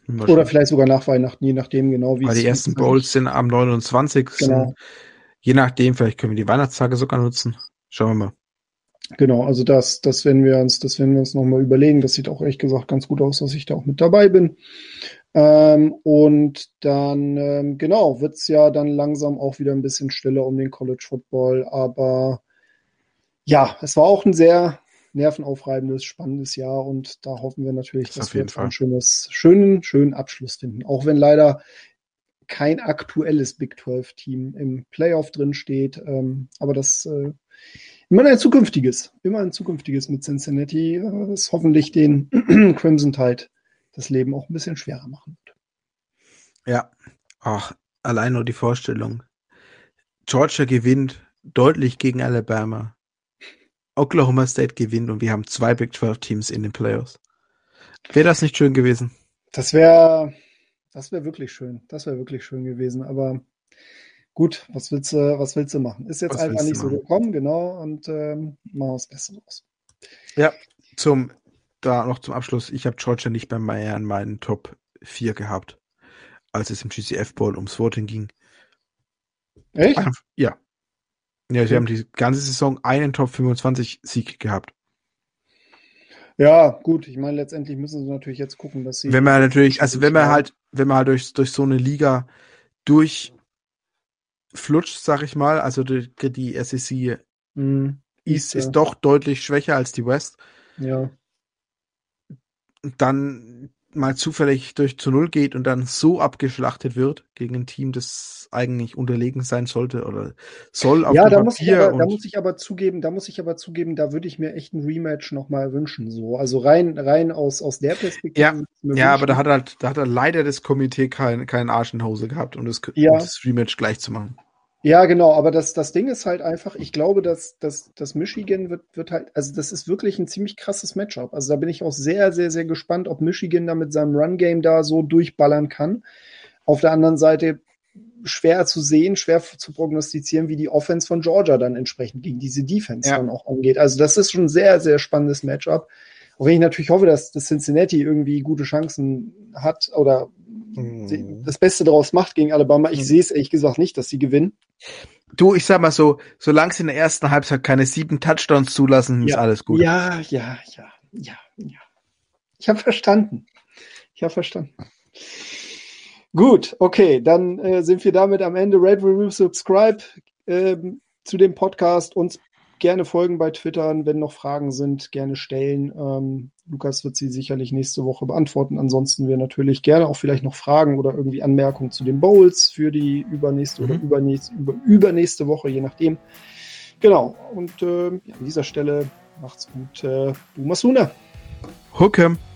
Oder vielleicht sogar nach Weihnachten, je nachdem genau, wie Weil es die ersten Bowls sind am neunundzwanzigsten Genau. Je nachdem, vielleicht können wir die Weihnachtstage sogar nutzen. Schauen wir mal. Genau, also das, das werden wir uns, das werden wir uns nochmal überlegen. Das sieht auch ehrlich gesagt ganz gut aus, dass ich da auch mit dabei bin. Ähm, und dann, ähm, genau, wird es ja dann langsam auch wieder ein bisschen stiller um den College Football. Aber ja, es war auch ein sehr nervenaufreibendes, spannendes Jahr und da hoffen wir natürlich, das dass auf wir jeden jetzt Fall. einen schönes, schönen, schönen Abschluss finden. Auch wenn leider kein aktuelles Big zwölf Team im Playoff drin steht. Ähm, aber das äh, immer ein zukünftiges, immer ein zukünftiges mit Cincinnati, äh, das hoffentlich den Crimson Tide das Leben auch ein bisschen schwerer machen wird. Ja, ach, allein nur die Vorstellung. Georgia gewinnt deutlich gegen Alabama. Oklahoma State gewinnt und wir haben zwei Big zwölf Teams in den Playoffs. Wäre das nicht schön gewesen? Das wäre, das wäre wirklich schön. Das wäre wirklich schön gewesen. Aber gut, was willst du, was willst du machen? Ist jetzt Was einfach willst du nicht so machen? gekommen, genau. Und ähm, machen wir das Beste draus. Ja, zum, da noch zum Abschluss. Ich habe Georgia nicht bei mir in meinen Top vier gehabt, als es im G C F Bowl ums Voting ging. Echt? Einf- Ja. Ja, sie Okay. haben die ganze Saison einen Top fünfundzwanzig Sieg gehabt. Ja, gut. Ich meine, letztendlich müssen sie natürlich jetzt gucken, dass sie. Wenn man natürlich, also wenn man Ja. halt, wenn man halt durch, durch so eine Liga durchflutscht, sag ich mal, also die, die S E C Mhm. East ja. ist doch deutlich schwächer als die West, Ja. dann mal zufällig durch zu Null geht und dann so abgeschlachtet wird gegen ein Team, das eigentlich unterlegen sein sollte oder soll auf Ja, dem da muss ich Papier. aber, da Und muss ich aber zugeben, da muss ich aber zugeben, da würde ich mir echt ein Rematch nochmal wünschen. So. Also rein, rein aus, aus der Perspektive. ja, würde ich mir ja, aber wünschen. da hat halt, da hat halt leider das Komitee keinen keinen Arsch in Hose gehabt, um das, Ja. um das Rematch gleich zu machen. Ja, genau, aber das, das Ding ist halt einfach, ich glaube, dass, dass, dass Michigan wird, wird halt, also das ist wirklich ein ziemlich krasses Matchup. Also da bin ich auch sehr, sehr, sehr gespannt, ob Michigan da mit seinem Run-Game da so durchballern kann. Auf der anderen Seite schwer zu sehen, schwer zu prognostizieren, wie die Offense von Georgia dann entsprechend gegen diese Defense Ja. dann auch angeht. Also das ist schon ein sehr, sehr spannendes Matchup. Auch wenn ich natürlich hoffe, dass, dass Cincinnati irgendwie gute Chancen hat oder Mhm. das Beste daraus macht gegen Alabama. Ich Mhm. sehe es ehrlich gesagt nicht, dass sie gewinnen. Du, ich sag mal so, solange sie in der ersten Halbzeit keine sieben Touchdowns zulassen, ist Ja. alles gut. Ja, ja, ja, ja, ja. Ich habe verstanden. Ich habe verstanden. Gut, okay, dann äh, sind wir damit am Ende. Rate, Review, Subscribe ähm, zu dem Podcast. Uns gerne folgen bei Twitter, wenn noch Fragen sind, gerne stellen. Ähm, Lukas wird sie sicherlich nächste Woche beantworten. Ansonsten wir natürlich gerne auch vielleicht noch Fragen oder irgendwie Anmerkungen zu den Bowls für die übernächste Mhm. oder übernächste, über, übernächste Woche, je nachdem. Genau, und äh, ja, an dieser Stelle macht's gut. Äh, Boomer Sooner. Hookem.